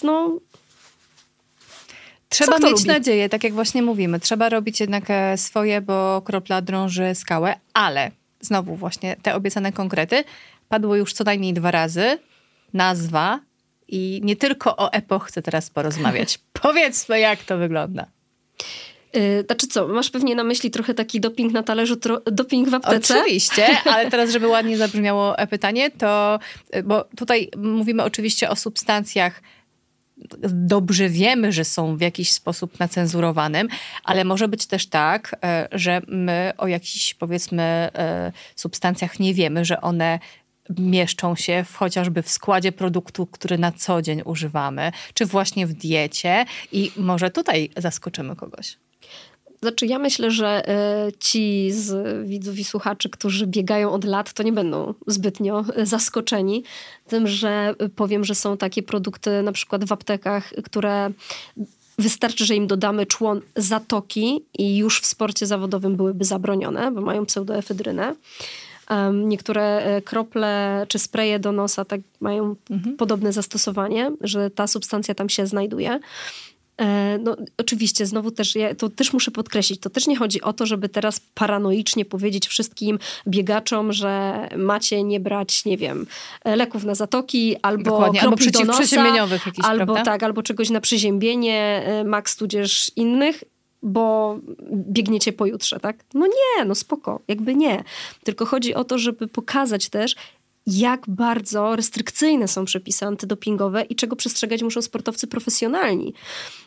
trzeba mieć nadzieję, tak jak właśnie mówimy. Trzeba robić jednak swoje, bo kropla drąży skałę, ale znowu właśnie te obiecane konkrety padło już co najmniej 2 razy. Nazwa i nie tylko o EPO chcę teraz porozmawiać. Powiedzmy, jak to wygląda. Znaczy co, masz pewnie na myśli trochę taki doping na talerzu, doping w aptece? Oczywiście, ale teraz, żeby ładnie zabrzmiało pytanie, to, bo tutaj mówimy oczywiście o substancjach, dobrze wiemy, że są w jakiś sposób nacenzurowanym, ale może być też tak, że my o jakichś, powiedzmy, substancjach nie wiemy, że one mieszczą się chociażby w składzie produktu, który na co dzień używamy, czy właśnie w diecie i może tutaj zaskoczymy kogoś. Znaczy ja myślę, że ci z widzów i słuchaczy, którzy biegają od lat, to nie będą zbytnio zaskoczeni tym, że powiem, że są takie produkty na przykład w aptekach, które wystarczy, że im dodamy człon zatoki i już w sporcie zawodowym byłyby zabronione, bo mają pseudoefedrynę. Niektóre krople czy spreje do nosa tak mają podobne zastosowanie, że ta substancja tam się znajduje. No oczywiście, znowu też, ja to też muszę podkreślić, to też nie chodzi o to, żeby teraz paranoicznie powiedzieć wszystkim biegaczom, że macie nie brać, nie wiem, leków na zatoki, albo kropli do nosa, albo prawda? Tak, albo czegoś na przeziębienie, Max tudzież innych, bo biegniecie pojutrze, tak? No nie, no spoko, jakby nie. Tylko chodzi o to, żeby pokazać też, jak bardzo restrykcyjne są przepisy antydopingowe i czego przestrzegać muszą sportowcy profesjonalni.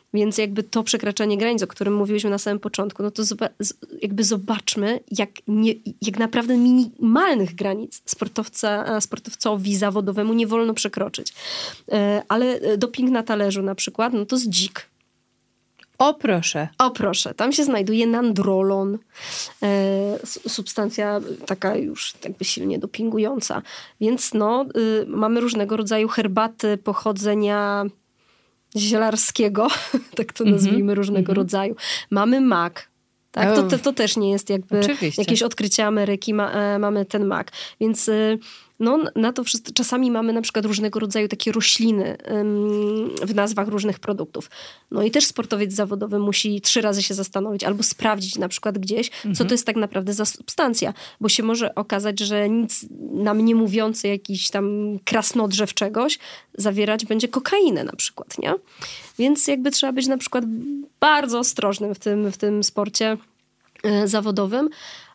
Więc jakby to przekraczanie granic, o którym mówiliśmy na samym początku, no to jakby zobaczmy, jak naprawdę minimalnych granic sportowcowi zawodowemu nie wolno przekroczyć. Ale doping na talerzu na przykład, no to jest dzik. O proszę. O proszę, tam się znajduje nandrolon, substancja taka już jakby silnie dopingująca. Więc mamy różnego rodzaju herbaty pochodzenia zielarskiego, tak to nazwijmy, różnego rodzaju. Mamy mak. Tak? To też nie jest jakby jakieś odkrycie Ameryki, mamy ten mak. Więc na to wszystko, czasami mamy na przykład różnego rodzaju takie rośliny w nazwach różnych produktów. No i też sportowiec zawodowy musi 3 razy się zastanowić albo sprawdzić na przykład gdzieś, co to jest tak naprawdę za substancja, bo się może okazać, że nic nam nie mówiący jakiś tam krasnodrzew czegoś zawierać będzie kokainę na przykład, nie? Więc jakby trzeba być na przykład bardzo ostrożnym w tym sporcie zawodowym.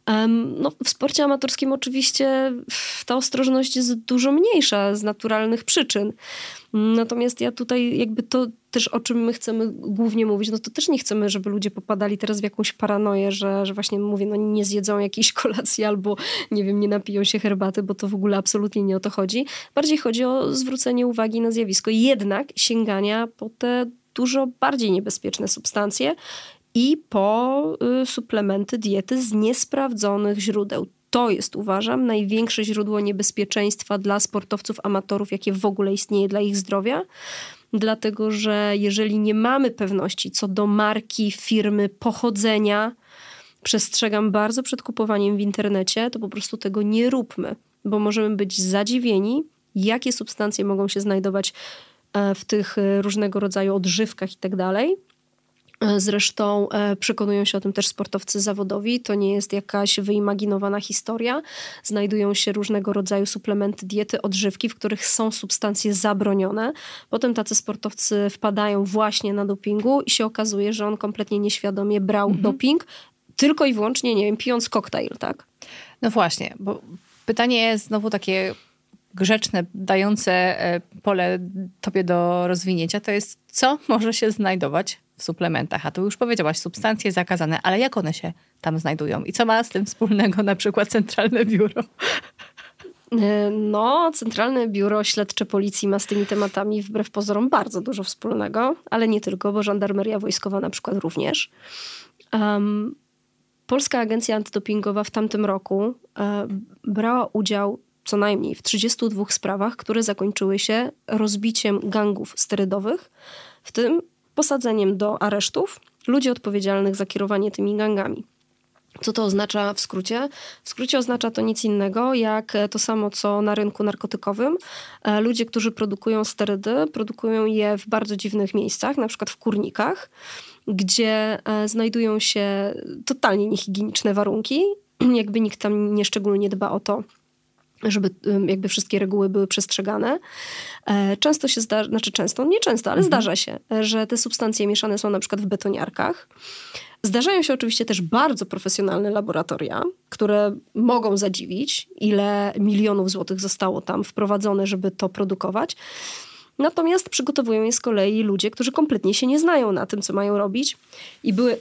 W sporcie amatorskim oczywiście ta ostrożność jest dużo mniejsza z naturalnych przyczyn. Natomiast ja tutaj jakby to też, o czym my chcemy głównie mówić, no to też nie chcemy, żeby ludzie popadali teraz w jakąś paranoję, że właśnie mówię, nie zjedzą jakiejś kolacji albo nie wiem, nie napiją się herbaty, bo to w ogóle absolutnie nie o to chodzi. Bardziej chodzi o zwrócenie uwagi na zjawisko jednak sięgania po te dużo bardziej niebezpieczne substancje i po suplementy diety z niesprawdzonych źródeł. To jest, uważam, największe źródło niebezpieczeństwa dla sportowców amatorów, jakie w ogóle istnieje dla ich zdrowia. Dlatego, że jeżeli nie mamy pewności co do marki, firmy, pochodzenia, przestrzegam bardzo przed kupowaniem w internecie, to po prostu tego nie róbmy, bo możemy być zadziwieni, jakie substancje mogą się znajdować w tych różnego rodzaju odżywkach i tak dalej. Zresztą przekonują się o tym też sportowcy zawodowi. To nie jest jakaś wyimaginowana historia. Znajdują się różnego rodzaju suplementy diety, odżywki, w których są substancje zabronione. Potem tacy sportowcy wpadają właśnie na dopingu i się okazuje, że on kompletnie nieświadomie brał doping, tylko i wyłącznie, nie wiem, pijąc koktajl, tak? No właśnie, bo pytanie jest znowu takie grzeczne, dające pole tobie do rozwinięcia, to jest, co może się znajdować w suplementach? A tu już powiedziałaś, substancje zakazane, ale jak one się tam znajdują? I co ma z tym wspólnego na przykład Centralne Biuro? Centralne Biuro Śledcze Policji ma z tymi tematami wbrew pozorom bardzo dużo wspólnego, ale nie tylko, bo Żandarmeria Wojskowa na przykład również. Polska Agencja Antydopingowa w tamtym roku brała udział co najmniej w 32 sprawach, które zakończyły się rozbiciem gangów sterydowych, w tym posadzeniem do aresztów ludzi odpowiedzialnych za kierowanie tymi gangami. Co to oznacza w skrócie? W skrócie oznacza to nic innego, jak to samo, co na rynku narkotykowym. Ludzie, którzy produkują sterydy, produkują je w bardzo dziwnych miejscach, na przykład w kurnikach, gdzie znajdują się totalnie niehigieniczne warunki. Jakby nikt tam nieszczególnie dba o to, żeby jakby wszystkie reguły były przestrzegane. Często się zdarza, ale zdarza się, że te substancje mieszane są na przykład w betoniarkach. Zdarzają się oczywiście też bardzo profesjonalne laboratoria, które mogą zadziwić, ile milionów złotych zostało tam wprowadzone, żeby to produkować. Natomiast przygotowują je z kolei ludzie, którzy kompletnie się nie znają na tym, co mają robić. I były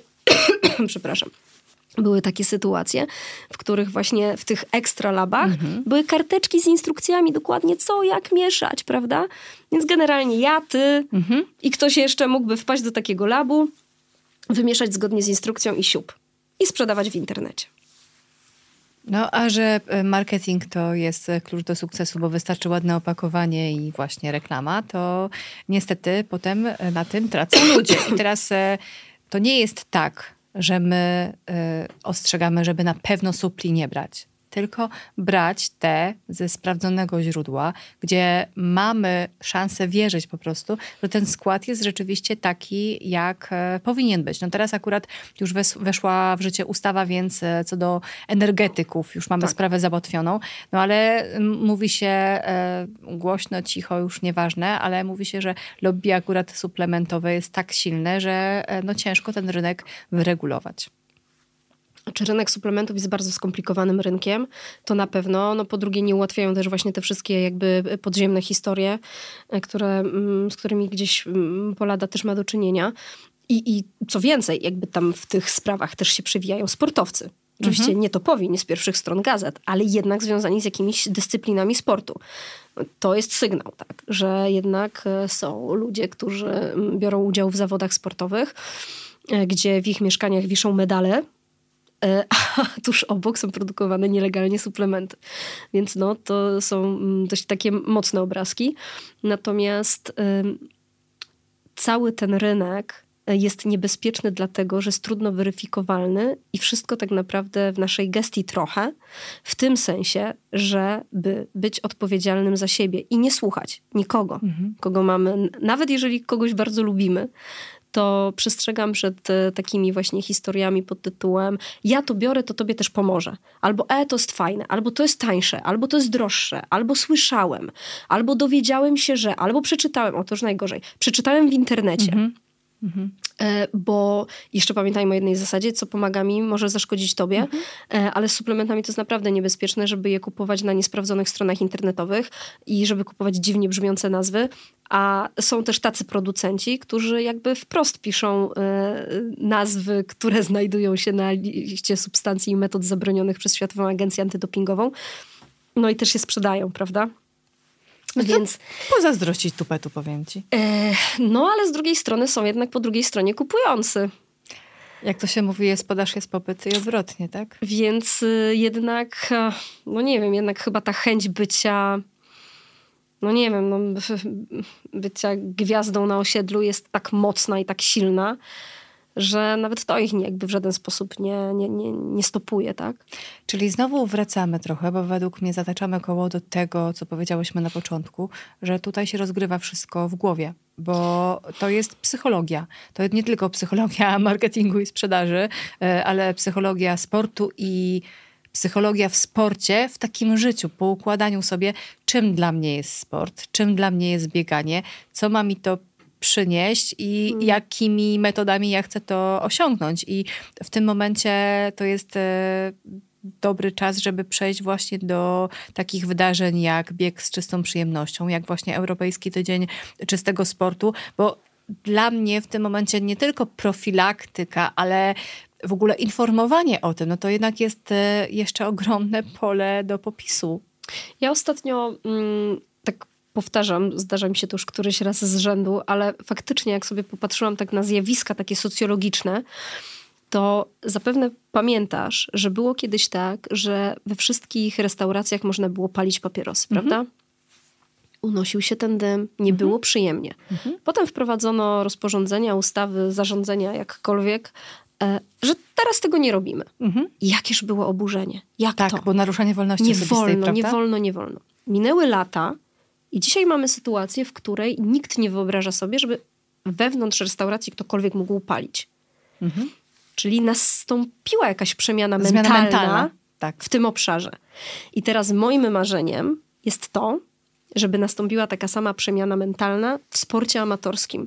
były takie sytuacje, w których właśnie w tych ekstra labach były karteczki z instrukcjami dokładnie co, jak mieszać, prawda? Więc generalnie ja, ty i ktoś jeszcze mógłby wpaść do takiego labu, wymieszać zgodnie z instrukcją i siup. I sprzedawać w internecie. No, a że marketing to jest klucz do sukcesu, bo wystarczy ładne opakowanie i właśnie reklama, to niestety potem na tym tracą ludzie. I teraz to nie jest tak, że my ostrzegamy, żeby na pewno supli nie brać, tylko brać te ze sprawdzonego źródła, gdzie mamy szansę wierzyć po prostu, że ten skład jest rzeczywiście taki, jak powinien być. No teraz akurat już weszła w życie ustawa, więc co do energetyków już mamy sprawę załatwioną. No ale mówi się głośno, cicho, już nieważne, ale mówi się, że lobby akurat suplementowe jest tak silne, że no ciężko ten rynek wyregulować. Czy rynek suplementów jest bardzo skomplikowanym rynkiem, to na pewno. No po drugie nie ułatwiają też właśnie te wszystkie jakby podziemne historie, z którymi gdzieś Polada też ma do czynienia. I co więcej, jakby tam w tych sprawach też się przewijają sportowcy. Oczywiście nie topowi, nie z pierwszych stron gazet, ale jednak związani z jakimiś dyscyplinami sportu. To jest sygnał, tak, że jednak są ludzie, którzy biorą udział w zawodach sportowych, gdzie w ich mieszkaniach wiszą medale, a tuż obok są produkowane nielegalnie suplementy. Więc no, to są dość takie mocne obrazki. Natomiast cały ten rynek jest niebezpieczny dlatego, że jest trudno weryfikowalny i wszystko tak naprawdę w naszej gestii trochę, w tym sensie, żeby być odpowiedzialnym za siebie i nie słuchać nikogo, kogo mamy, nawet jeżeli kogoś bardzo lubimy, to przestrzegam przed takimi właśnie historiami pod tytułem ja to biorę, to tobie też pomoże. Albo to jest fajne, albo to jest tańsze, albo to jest droższe, albo słyszałem, albo dowiedziałem się, że, albo przeczytałem, o to już najgorzej, przeczytałem w internecie. Bo jeszcze pamiętajmy o jednej zasadzie, co pomaga mi, może zaszkodzić tobie, ale z suplementami to jest naprawdę niebezpieczne, żeby je kupować na niesprawdzonych stronach internetowych i żeby kupować dziwnie brzmiące nazwy, a są też tacy producenci, którzy jakby wprost piszą nazwy, które znajdują się na liście substancji i metod zabronionych przez Światową Agencję Antydopingową. No i też się sprzedają, prawda? No więc pozazdrościć tupetu, powiem ci. No, ale z drugiej strony są jednak po drugiej stronie kupujący. Jak to się mówi, jest podaż, jest popyt i odwrotnie, tak? Więc jednak, no nie wiem, jednak chyba ta chęć bycia, no nie wiem, no, bycia gwiazdą na osiedlu jest tak mocna i tak silna, że nawet to ich jakby w żaden sposób nie stopuje, tak? Czyli znowu wracamy trochę, bo według mnie zataczamy koło do tego, co powiedziałyśmy na początku, że tutaj się rozgrywa wszystko w głowie, bo to jest psychologia. To nie tylko psychologia marketingu i sprzedaży, ale psychologia sportu i psychologia w sporcie, w takim życiu, po układaniu sobie, czym dla mnie jest sport, czym dla mnie jest bieganie, co ma mi to przynieść i jakimi metodami ja chcę to osiągnąć. I w tym momencie to jest dobry czas, żeby przejść właśnie do takich wydarzeń jak bieg z czystą przyjemnością, jak właśnie Europejski Tydzień Czystego Sportu, bo dla mnie w tym momencie nie tylko profilaktyka, ale w ogóle informowanie o tym, no to jednak jest jeszcze ogromne pole do popisu. Ja ostatnio tak powtarzam, zdarza mi się to już któryś raz z rzędu, ale faktycznie jak sobie popatrzyłam tak na zjawiska takie socjologiczne, to zapewne pamiętasz, że było kiedyś tak, że we wszystkich restauracjach można było palić papierosy, prawda? Unosił się ten dym, nie było przyjemnie. Potem wprowadzono rozporządzenia, ustawy, zarządzenia, jakkolwiek, że teraz tego nie robimy. Jakież było oburzenie. Jak tak, to? Bo naruszanie wolności osobistej, prawda? Nie wolno. Minęły lata i dzisiaj mamy sytuację, w której nikt nie wyobraża sobie, żeby wewnątrz restauracji ktokolwiek mógł palić. Czyli nastąpiła jakaś przemiana mentalna tak. w tym obszarze. I teraz moim marzeniem jest to, żeby nastąpiła taka sama przemiana mentalna w sporcie amatorskim.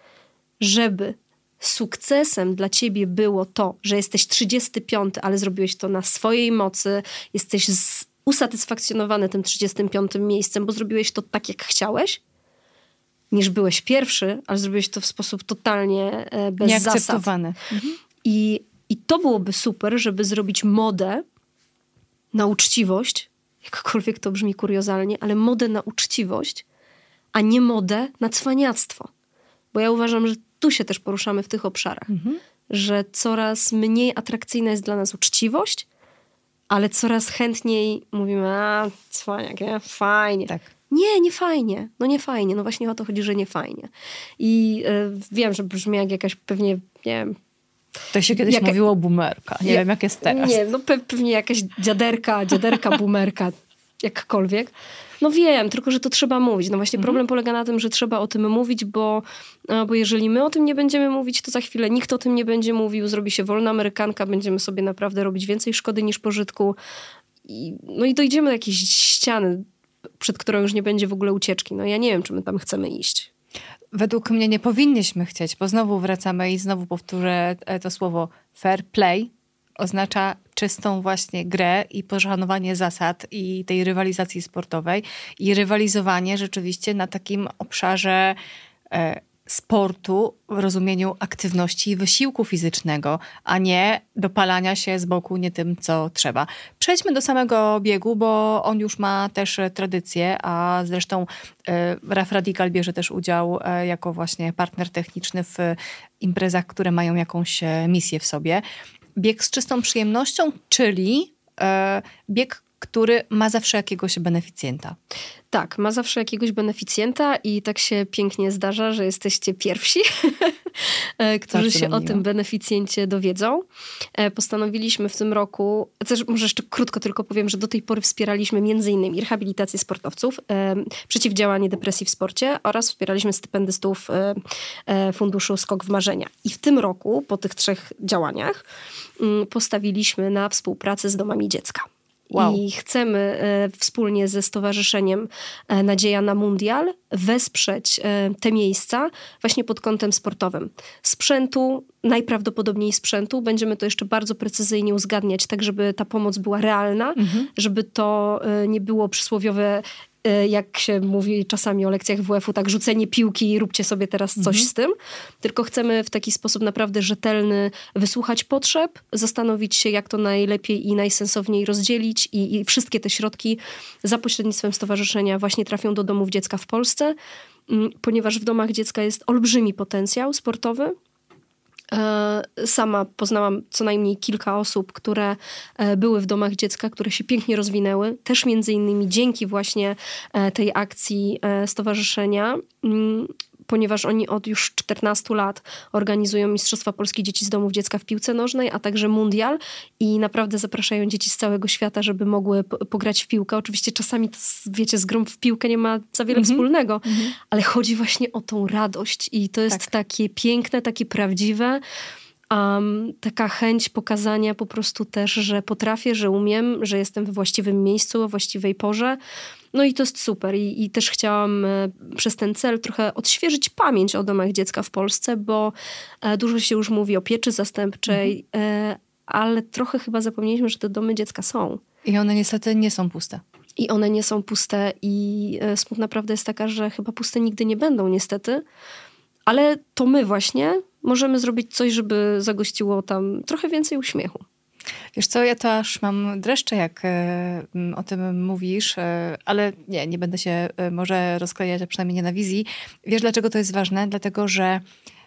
Żeby sukcesem dla ciebie było to, że jesteś 35, ale zrobiłeś to na swojej mocy, jesteś usatysfakcjonowany tym 35 miejscem, bo zrobiłeś to tak, jak chciałeś, niż byłeś pierwszy, ale zrobiłeś to w sposób totalnie bez nieakceptowany. zasad. I to byłoby super, żeby zrobić modę na uczciwość, jakkolwiek to brzmi kuriozalnie, ale modę na uczciwość, a nie modę na cwaniactwo. Bo ja uważam, że tu się też poruszamy w tych obszarach. Że coraz mniej atrakcyjna jest dla nas uczciwość, ale coraz chętniej mówimy, cwaniak, nie? Fajnie. Tak. Nie fajnie. No nie fajnie. No właśnie o to chodzi, że nie fajnie. I wiem, że brzmi jak jakaś pewnie, nie wiem... To się kiedyś mówiło boomerka. Nie wiem, jak jest teraz. Nie, no pewnie jakaś dziaderka, boomerka, jakkolwiek. No wiem, tylko że to trzeba mówić. No właśnie problem polega na tym, że trzeba o tym mówić, bo jeżeli my o tym nie będziemy mówić, to za chwilę nikt o tym nie będzie mówił, zrobi się wolna amerykanka, będziemy sobie naprawdę robić więcej szkody niż pożytku. I dojdziemy do jakiejś ściany, przed którą już nie będzie w ogóle ucieczki. No ja nie wiem, czy my tam chcemy iść. Według mnie nie powinniśmy chcieć, bo znowu wracamy i znowu powtórzę to słowo fair play. Oznacza czystą właśnie grę i poszanowanie zasad i tej rywalizacji sportowej i rywalizowanie rzeczywiście na takim obszarze sportu w rozumieniu aktywności i wysiłku fizycznego, a nie dopalania się z boku nie tym, co trzeba. Przejdźmy do samego biegu, bo on już ma też tradycję, a zresztą RAF Radical bierze też udział jako właśnie partner techniczny w imprezach, które mają jakąś misję w sobie. Bieg z czystą przyjemnością, czyli bieg, który ma zawsze jakiegoś beneficjenta. Tak, ma zawsze jakiegoś beneficjenta i tak się pięknie zdarza, że jesteście pierwsi, którzy się o tym beneficjencie dowiedzą. Postanowiliśmy w tym roku, też może jeszcze krótko tylko powiem, że do tej pory wspieraliśmy m.in. rehabilitację sportowców, przeciwdziałanie depresji w sporcie oraz wspieraliśmy stypendystów funduszu Skok w Marzenia. I w tym roku, po tych 3 działaniach, postawiliśmy na współpracę z domami dziecka. Wow. I chcemy wspólnie ze Stowarzyszeniem Nadzieja na Mundial wesprzeć te miejsca właśnie pod kątem sportowym. Sprzętu, najprawdopodobniej sprzętu. Będziemy to jeszcze bardzo precyzyjnie uzgadniać, tak żeby ta pomoc była realna, żeby to nie było przysłowiowe, jak się mówi czasami o lekcjach WF-u, tak rzucenie piłki i róbcie sobie teraz coś z tym. Tylko chcemy w taki sposób naprawdę rzetelny wysłuchać potrzeb, zastanowić się, jak to najlepiej i najsensowniej rozdzielić i wszystkie te środki za pośrednictwem stowarzyszenia właśnie trafią do domów dziecka w Polsce, ponieważ w domach dziecka jest olbrzymi potencjał sportowy. Sama poznałam co najmniej kilka osób, które były w domach dziecka, które się pięknie rozwinęły. Też między innymi dzięki właśnie tej akcji stowarzyszenia, ponieważ oni od już 14 lat organizują Mistrzostwa Polski Dzieci z Domów Dziecka w piłce nożnej, a także mundial i naprawdę zapraszają dzieci z całego świata, żeby mogły pograć w piłkę. Oczywiście czasami to, wiecie, z grą w piłkę nie ma za wiele wspólnego, ale chodzi właśnie o tą radość i to jest takie piękne, takie prawdziwe. Taka chęć pokazania po prostu też, że potrafię, że umiem, że jestem we właściwym miejscu, o właściwej porze. No i to jest super. I też chciałam przez ten cel trochę odświeżyć pamięć o domach dziecka w Polsce, bo dużo się już mówi o pieczy zastępczej, ale trochę chyba zapomnieliśmy, że te domy dziecka są. I one niestety nie są puste. I one nie są puste i smutna prawda jest taka, że chyba puste nigdy nie będą niestety, ale to my właśnie możemy zrobić coś, żeby zagościło tam trochę więcej uśmiechu. Wiesz co, ja to aż mam dreszcze, jak o tym mówisz, ale nie będę się może rozklejać, a przynajmniej nie na wizji. Wiesz, dlaczego to jest ważne? Dlatego, że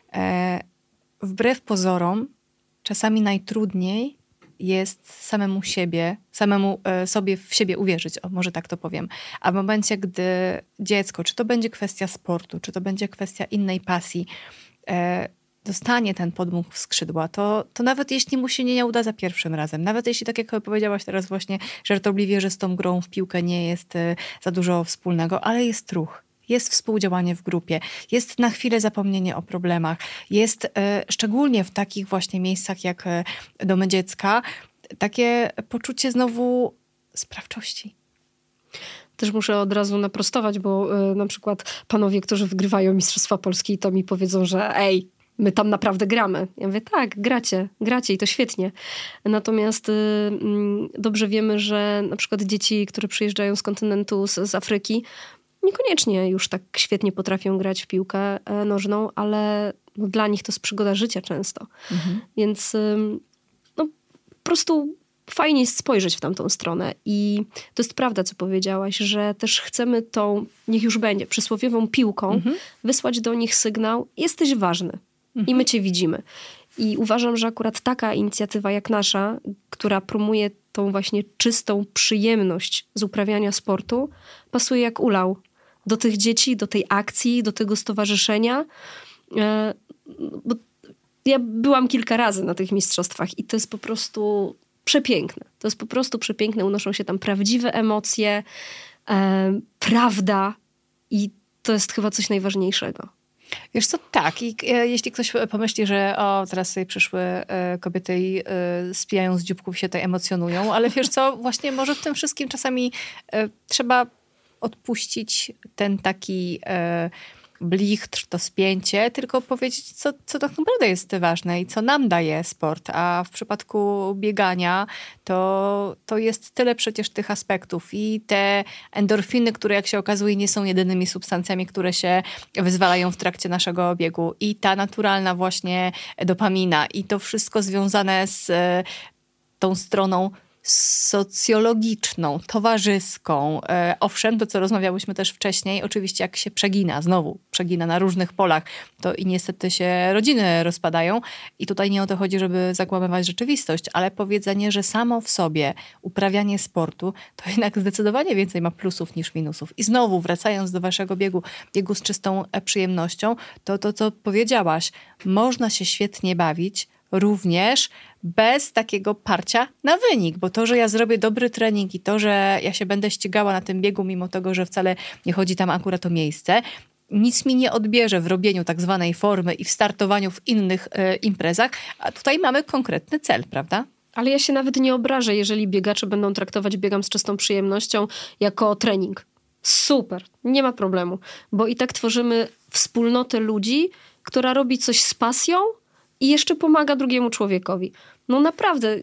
wbrew pozorom czasami najtrudniej jest samemu sobie w siebie uwierzyć, może tak to powiem. A w momencie, gdy dziecko, czy to będzie kwestia sportu, czy to będzie kwestia innej pasji, dostanie ten podmuch w skrzydła, to nawet jeśli mu się nie uda za pierwszym razem, nawet jeśli, tak jak powiedziałaś teraz właśnie, żartobliwie, że z tą grą w piłkę nie jest za dużo wspólnego, ale jest ruch. Jest współdziałanie w grupie, jest na chwilę zapomnienie o problemach, jest szczególnie w takich właśnie miejscach jak domy dziecka, takie poczucie znowu sprawczości. Też muszę od razu naprostować, bo na przykład panowie, którzy wygrywają Mistrzostwa Polski, to mi powiedzą, że my tam naprawdę gramy. Ja mówię, tak, gracie i to świetnie. Natomiast dobrze wiemy, że na przykład dzieci, które przyjeżdżają z kontynentu, z Afryki, niekoniecznie już tak świetnie potrafią grać w piłkę nożną, ale dla nich to jest przygoda życia często. Więc po prostu fajnie jest spojrzeć w tamtą stronę. I to jest prawda, co powiedziałaś, że też chcemy tą, niech już będzie, przysłowiową piłką wysłać do nich sygnał, jesteś ważny i my cię widzimy. I uważam, że akurat taka inicjatywa jak nasza, która promuje tą właśnie czystą przyjemność z uprawiania sportu, pasuje jak ulał do tych dzieci, do tej akcji, do tego stowarzyszenia. Bo ja byłam kilka razy na tych mistrzostwach i to jest po prostu przepiękne. To jest po prostu przepiękne. Unoszą się tam prawdziwe emocje, prawda i to jest chyba coś najważniejszego. Wiesz co, tak. I jeśli ktoś pomyśli, że teraz sobie przyszły kobiety i spijają z dzióbków, się tutaj emocjonują, ale wiesz co, właśnie może w tym wszystkim czasami trzeba odpuścić ten taki blichtr, to spięcie, tylko powiedzieć, co tak naprawdę jest ważne i co nam daje sport. A w przypadku biegania to jest tyle przecież tych aspektów i te endorfiny, które jak się okazuje nie są jedynymi substancjami, które się wyzwalają w trakcie naszego biegu i ta naturalna właśnie dopamina i to wszystko związane z tą stroną socjologiczną, towarzyską. Owszem, to co rozmawiałyśmy też wcześniej, oczywiście jak się przegina na różnych polach, to i niestety się rodziny rozpadają i tutaj nie o to chodzi, żeby zakłamywać rzeczywistość, ale powiedzenie, że samo w sobie uprawianie sportu to jednak zdecydowanie więcej ma plusów niż minusów. I znowu wracając do waszego biegu z czystą przyjemnością, to co powiedziałaś, można się świetnie bawić, również bez takiego parcia na wynik, bo to, że ja zrobię dobry trening i to, że ja się będę ścigała na tym biegu, mimo tego, że wcale nie chodzi tam akurat o miejsce, nic mi nie odbierze w robieniu tak zwanej formy i w startowaniu w innych imprezach, a tutaj mamy konkretny cel, prawda? Ale ja się nawet nie obrażę, jeżeli biegacze będą traktować biegam z czystą przyjemnością jako trening. Super, nie ma problemu, bo i tak tworzymy wspólnotę ludzi, która robi coś z pasją, i jeszcze pomaga drugiemu człowiekowi. No naprawdę,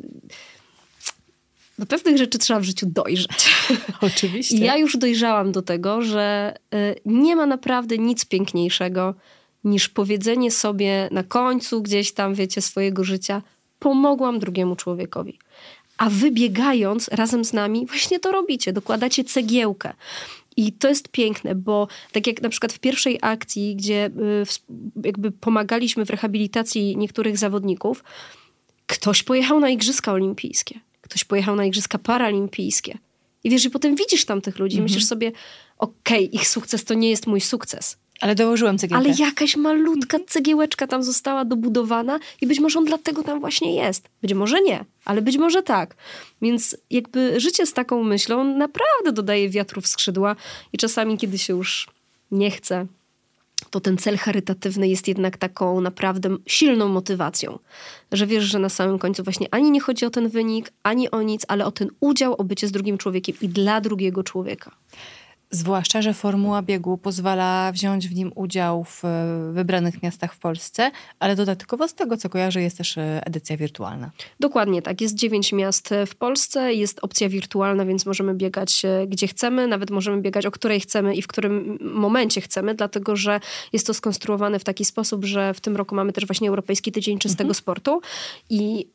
do pewnych rzeczy trzeba w życiu dojrzeć. Oczywiście. I ja już dojrzałam do tego, że nie ma naprawdę nic piękniejszego niż powiedzenie sobie na końcu gdzieś tam, wiecie, swojego życia, pomogłam drugiemu człowiekowi. A wy biegając razem z nami właśnie to robicie, dokładacie cegiełkę. I to jest piękne, bo tak jak na przykład w pierwszej akcji, gdzie jakby pomagaliśmy w rehabilitacji niektórych zawodników, ktoś pojechał na Igrzyska Olimpijskie, ktoś pojechał na Igrzyska Paralimpijskie. I wiesz, i potem widzisz tam tych ludzi i myślisz sobie, okej, ich sukces to nie jest mój sukces. Ale dołożyłem cegiełkę. Ale jakaś malutka cegiełeczka tam została dobudowana i być może on dlatego tam właśnie jest. Być może nie, ale być może tak. Więc jakby życie z taką myślą naprawdę dodaje wiatru w skrzydła i czasami, kiedy się już nie chce, to ten cel charytatywny jest jednak taką naprawdę silną motywacją. Że wiesz, że na samym końcu właśnie ani nie chodzi o ten wynik, ani o nic, ale o ten udział, o bycie z drugim człowiekiem i dla drugiego człowieka. Zwłaszcza, że formuła biegu pozwala wziąć w nim udział w wybranych miastach w Polsce, ale dodatkowo z tego, co kojarzę, jest też edycja wirtualna. Dokładnie tak. Jest 9 miast w Polsce, jest opcja wirtualna, więc możemy biegać gdzie chcemy, nawet możemy biegać o której chcemy i w którym momencie chcemy, dlatego że jest to skonstruowane w taki sposób, że w tym roku mamy też właśnie Europejski Tydzień Czystego Sportu i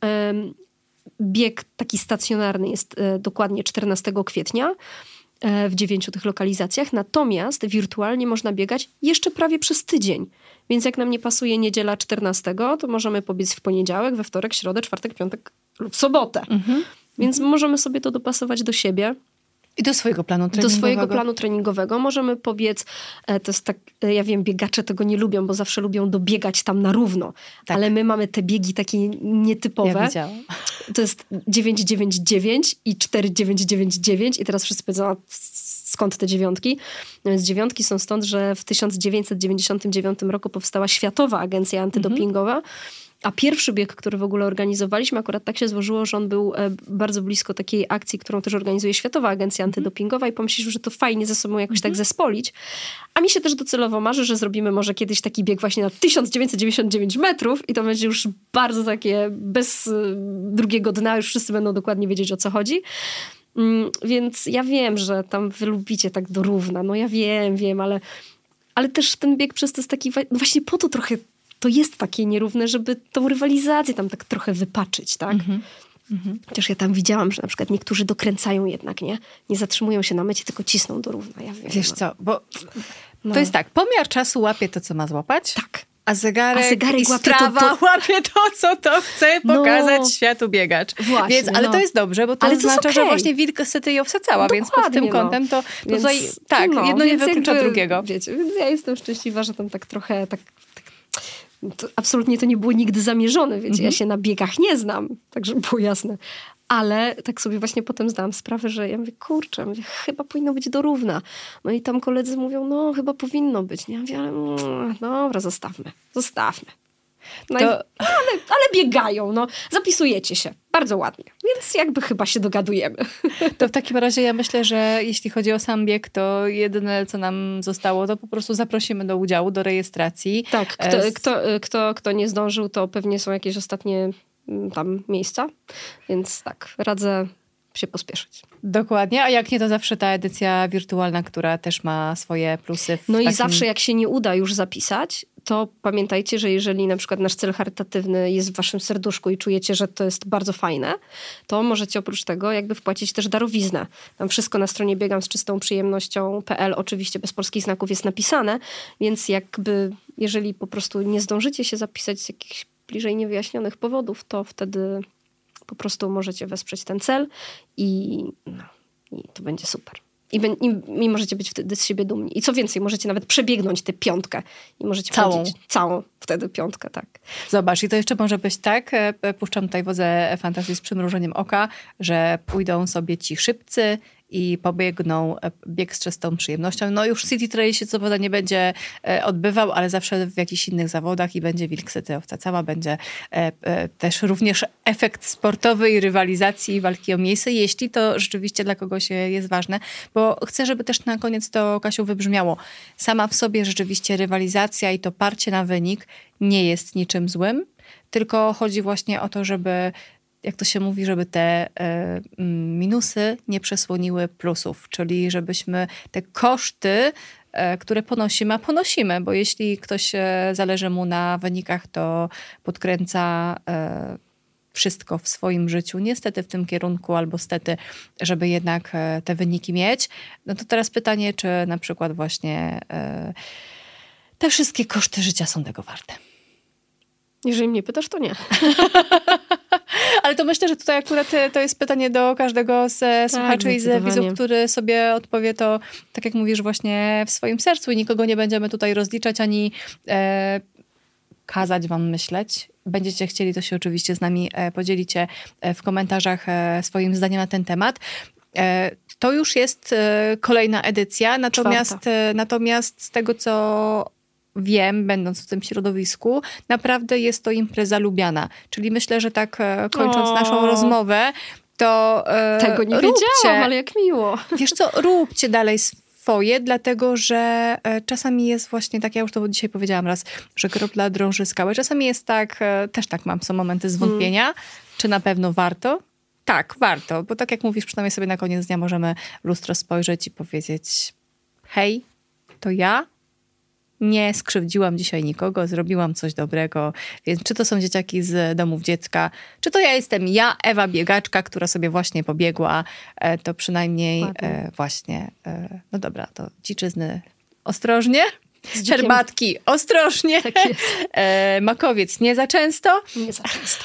bieg taki stacjonarny jest dokładnie 14 kwietnia. W 9 tych lokalizacjach, natomiast wirtualnie można biegać jeszcze prawie przez tydzień. Więc jak nam nie pasuje niedziela 14, to możemy pobiec w poniedziałek, we wtorek, środę, czwartek, piątek lub sobotę. Więc możemy sobie to dopasować do siebie. I do swojego planu treningowego. Do swojego planu treningowego. Możemy pobiec, to jest tak, ja wiem, biegacze tego nie lubią, bo zawsze lubią dobiegać tam na równo. Tak. Ale my mamy te biegi takie nietypowe. Ja widziałam. To jest 999 i 4999 i teraz wszyscy powiedzą, skąd te dziewiątki? No więc dziewiątki są stąd, że w 1999 roku powstała Światowa Agencja Antydopingowa. A pierwszy bieg, który w ogóle organizowaliśmy, akurat tak się złożyło, że on był bardzo blisko takiej akcji, którą też organizuje Światowa Agencja Antydopingowa i pomyśleliśmy, że to fajnie ze sobą jakoś tak zespolić. A mi się też docelowo marzy, że zrobimy może kiedyś taki bieg właśnie na 1999 metrów i to będzie już bardzo takie bez drugiego dna, już wszyscy będą dokładnie wiedzieć, o co chodzi. Więc ja wiem, że tam wy lubicie tak do równa. No ja wiem, ale też ten bieg przez to jest taki, no właśnie po to trochę to jest takie nierówne, żeby tą rywalizację tam tak trochę wypaczyć, tak? Chociaż ja tam widziałam, że na przykład niektórzy dokręcają jednak, nie zatrzymują się na mecie, tylko cisną do równa. Ja wiem, wiesz co, bo to jest tak, pomiar czasu łapie to, co ma złapać. Tak. A zegarek i łapie strawa łapie to, co to chce pokazać światu biegacz. Właśnie, więc, ale to jest dobrze, bo to oznacza, że właśnie wilk sety i owsa cała, więc pod tym kątem to tutaj jedno nie wyklucza drugiego. Wiecie, więc ja jestem szczęśliwa, że tam tak trochę to absolutnie to nie było nigdy zamierzone, wiecie, ja się na biegach nie znam, tak żeby było jasne. Ale tak sobie właśnie potem zdałam sprawę, że ja mówię, kurczę, chyba powinno być do równa. No i tam koledzy mówią, no chyba powinno być. Nie? Ja mówię, ale dobra, zostawmy. Ale biegają, no. Zapisujecie się. Bardzo ładnie. Więc jakby chyba się dogadujemy. To w takim razie ja myślę, że jeśli chodzi o sam bieg, to jedyne, co nam zostało, to po prostu zaprosimy do udziału, do rejestracji. Tak, kto nie zdążył, to pewnie są jakieś ostatnie tam miejsca. Więc tak, radzę się pospieszyć. Dokładnie, a jak nie, to zawsze ta edycja wirtualna, która też ma swoje plusy. I zawsze jak się nie uda już zapisać, to pamiętajcie, że jeżeli na przykład nasz cel charytatywny jest w waszym serduszku i czujecie, że to jest bardzo fajne, to możecie oprócz tego jakby wpłacić też darowiznę. Tam wszystko na stronie biegamzczystąprzyjemnością.pl oczywiście bez polskich znaków jest napisane, więc jakby jeżeli po prostu nie zdążycie się zapisać z jakichś bliżej niewyjaśnionych powodów, to wtedy po prostu możecie wesprzeć ten cel i to będzie super. I możecie być wtedy z siebie dumni. I co więcej, możecie nawet przebiegnąć tę 5 i możecie wchodzić całą wtedy 5, tak. Zobacz, i to jeszcze może być tak, puszczam tutaj wodze fantazji z przymrużeniem oka, że pójdą sobie ci szybcy i pobiegną bieg z czystą przyjemnością. No już City Trail się co prawda nie będzie odbywał, ale zawsze w jakichś innych zawodach i będzie wilk syty, owca cała, będzie też również efekt sportowy i rywalizacji i walki o miejsce, jeśli to rzeczywiście dla kogoś jest ważne, bo chcę, żeby też na koniec to, Kasiu, wybrzmiało. Sama w sobie rzeczywiście rywalizacja i to parcie na wynik nie jest niczym złym, tylko chodzi właśnie o to, żeby, jak to się mówi, żeby te minusy nie przesłoniły plusów, czyli żebyśmy te koszty, które ponosimy, a ponosimy, bo jeśli ktoś zależy mu na wynikach, to podkręca wszystko w swoim życiu, niestety w tym kierunku, albo stety, żeby jednak te wyniki mieć. No to teraz pytanie, czy na przykład właśnie te wszystkie koszty życia są tego warte? Jeżeli mnie pytasz, to nie. Ale to myślę, że tutaj akurat to jest pytanie do każdego z słuchaczy i z widzów, który sobie odpowie to, tak jak mówisz, właśnie w swoim sercu i nikogo nie będziemy tutaj rozliczać ani kazać wam myśleć. Będziecie chcieli, to się oczywiście z nami podzielicie w komentarzach swoim zdaniem na ten temat. To już jest kolejna edycja, natomiast z tego, co wiem, będąc w tym środowisku, naprawdę jest to impreza lubiana. Czyli myślę, że tak kończąc naszą rozmowę, to tego nie wiedziałam, ale jak miło. Wiesz co, róbcie dalej swoje, dlatego że czasami jest właśnie tak, ja już to dzisiaj powiedziałam raz, że kropla drąży skałę. Czasami jest tak, też tak mam, są momenty zwątpienia, czy na pewno warto? Tak, warto, bo tak jak mówisz, przynajmniej sobie na koniec dnia możemy w lustro spojrzeć i powiedzieć: hej, to ja nie skrzywdziłam dzisiaj nikogo, zrobiłam coś dobrego, więc czy to są dzieciaki z domów dziecka, czy to ja jestem Ewa biegaczka, która sobie właśnie pobiegła, to przynajmniej właśnie, no dobra, to dziczyzny ostrożnie, herbatki ostrożnie, tak jest. Makowiec nie za często. Nie za często.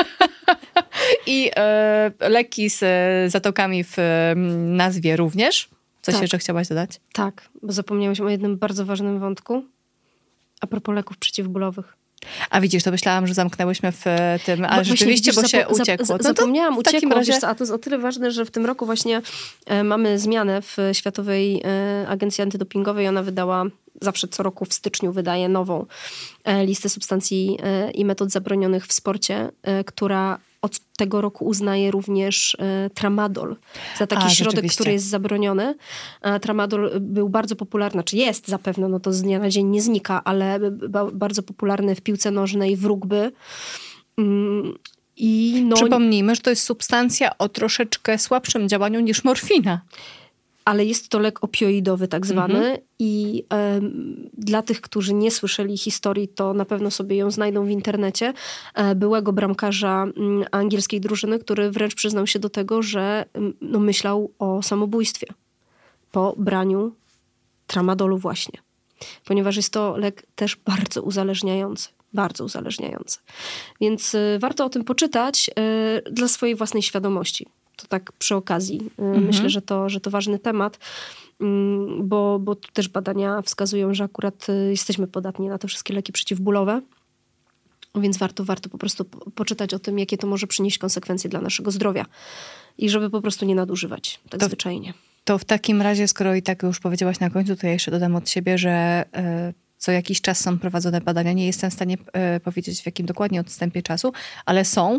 I leki z zatokami w nazwie również. Coś jeszcze chciałaś dodać? Tak, bo zapomniałeś o jednym bardzo ważnym wątku. A propos leków przeciwbólowych. A widzisz, to myślałam, że zamknęłyśmy w tym, ale rzeczywiście, bo się uciekło. Zapomniałam, uciekło. Razie... Wiesz, a to jest o tyle ważne, że w tym roku właśnie mamy zmianę w Światowej Agencji Antydopingowej. Ona wydała, zawsze co roku w styczniu wydaje nową listę substancji i metod zabronionych w sporcie, która od tego roku uznaje również tramadol za taki środek, który jest zabroniony. Tramadol był bardzo popularny, czy jest zapewne, no to z dnia na dzień nie znika, ale bardzo popularny w piłce nożnej, w rugby. Przypomnijmy, że to jest substancja o troszeczkę słabszym działaniu niż morfina. Ale jest to lek opioidowy tak zwany i dla tych, którzy nie słyszeli historii, to na pewno sobie ją znajdą w internecie. Byłego bramkarza angielskiej drużyny, który wręcz przyznał się do tego, że myślał o samobójstwie po braniu tramadolu właśnie. Ponieważ jest to lek też bardzo uzależniający. Bardzo uzależniający. Więc warto o tym poczytać dla swojej własnej świadomości. To tak przy okazji. Myślę, że to ważny temat, bo tu też badania wskazują, że akurat jesteśmy podatni na te wszystkie leki przeciwbólowe, więc warto po prostu poczytać o tym, jakie to może przynieść konsekwencje dla naszego zdrowia i żeby po prostu nie nadużywać tak zwyczajnie. To w takim razie, skoro i tak już powiedziałaś na końcu, to ja jeszcze dodam od siebie, że co jakiś czas są prowadzone badania. Nie jestem w stanie powiedzieć, w jakim dokładnie odstępie czasu, ale są,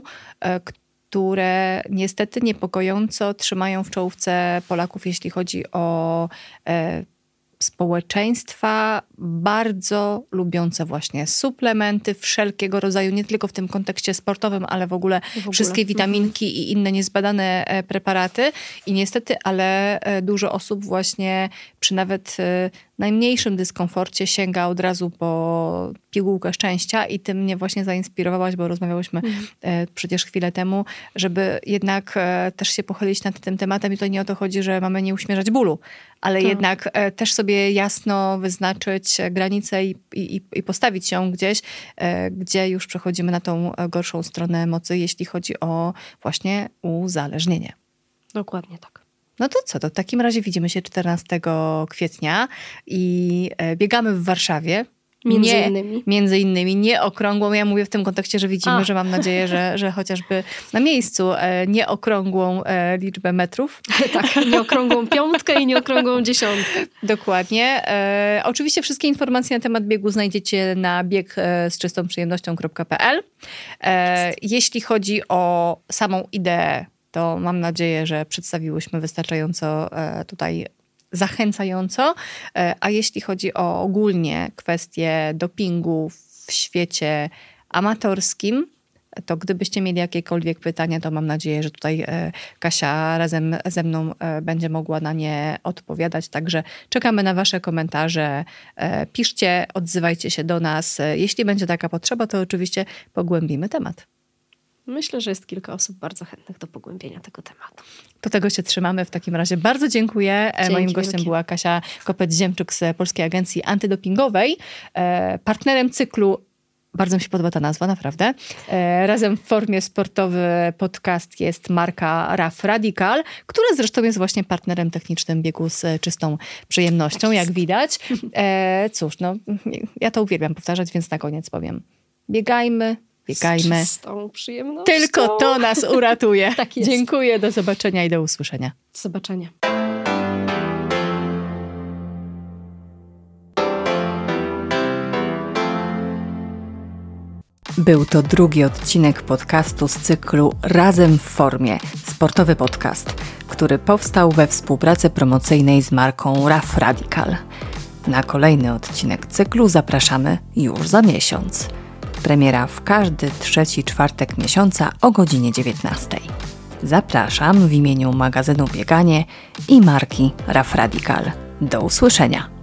które niestety niepokojąco trzymają w czołówce Polaków, jeśli chodzi o społeczeństwa bardzo lubiące właśnie suplementy wszelkiego rodzaju, nie tylko w tym kontekście sportowym, ale w ogóle wszystkie witaminki i inne niezbadane preparaty. I niestety, ale dużo osób właśnie przy nawet najmniejszym dyskomforcie sięga od razu po pigułkę szczęścia i ty mnie właśnie zainspirowałaś, bo rozmawiałyśmy przecież chwilę temu, żeby jednak też się pochylić nad tym tematem i to nie o to chodzi, że mamy nie uśmierzać bólu, ale jednak też sobie jasno wyznaczyć granicę i postawić ją gdzieś, gdzie już przechodzimy na tą gorszą stronę mocy, jeśli chodzi o właśnie uzależnienie. Dokładnie tak. No to co, to w takim razie widzimy się 14 kwietnia i biegamy w Warszawie. Między innymi, nie okrągłą, ja mówię w tym kontekście, że widzimy, że mam nadzieję, że chociażby na miejscu nie okrągłą liczbę metrów. Tak, nie okrągłą 5 i nie okrągłą 10. Dokładnie. Oczywiście wszystkie informacje na temat biegu znajdziecie na biegzczystąprzyjemnością.pl. Jeśli chodzi o samą ideę, to mam nadzieję, że przedstawiłyśmy wystarczająco tutaj zachęcająco. A jeśli chodzi o ogólnie kwestie dopingu w świecie amatorskim, to gdybyście mieli jakiekolwiek pytania, to mam nadzieję, że tutaj Kasia razem ze mną będzie mogła na nie odpowiadać. Także czekamy na wasze komentarze. Piszcie, odzywajcie się do nas. Jeśli będzie taka potrzeba, to oczywiście pogłębimy temat. Myślę, że jest kilka osób bardzo chętnych do pogłębienia tego tematu. Do tego się trzymamy. W takim razie bardzo dziękuję. Moim gościem była Kasia Kopeć-Ziemczuk z Polskiej Agencji Antydopingowej. Partnerem cyklu, bardzo mi się podoba ta nazwa, naprawdę. Razem w formie sportowy podcast jest marka RAF Radical, która zresztą jest właśnie partnerem technicznym biegu z czystą przyjemnością, jak widać. Cóż, no, ja to uwielbiam powtarzać, więc na koniec powiem. Biegajmy. Z czystą przyjemnością. Tylko to nas uratuje. Tak jest. Dziękuję, do zobaczenia i do usłyszenia. Do zobaczenia. Był to drugi odcinek podcastu z cyklu Razem w formie, sportowy podcast, który powstał we współpracy promocyjnej z marką RAF Radical. Na kolejny odcinek cyklu zapraszamy już za miesiąc. Premiera w każdy trzeci czwartek miesiąca o godzinie 19. Zapraszam w imieniu magazynu Bieganie i marki RAF Radical. Do usłyszenia.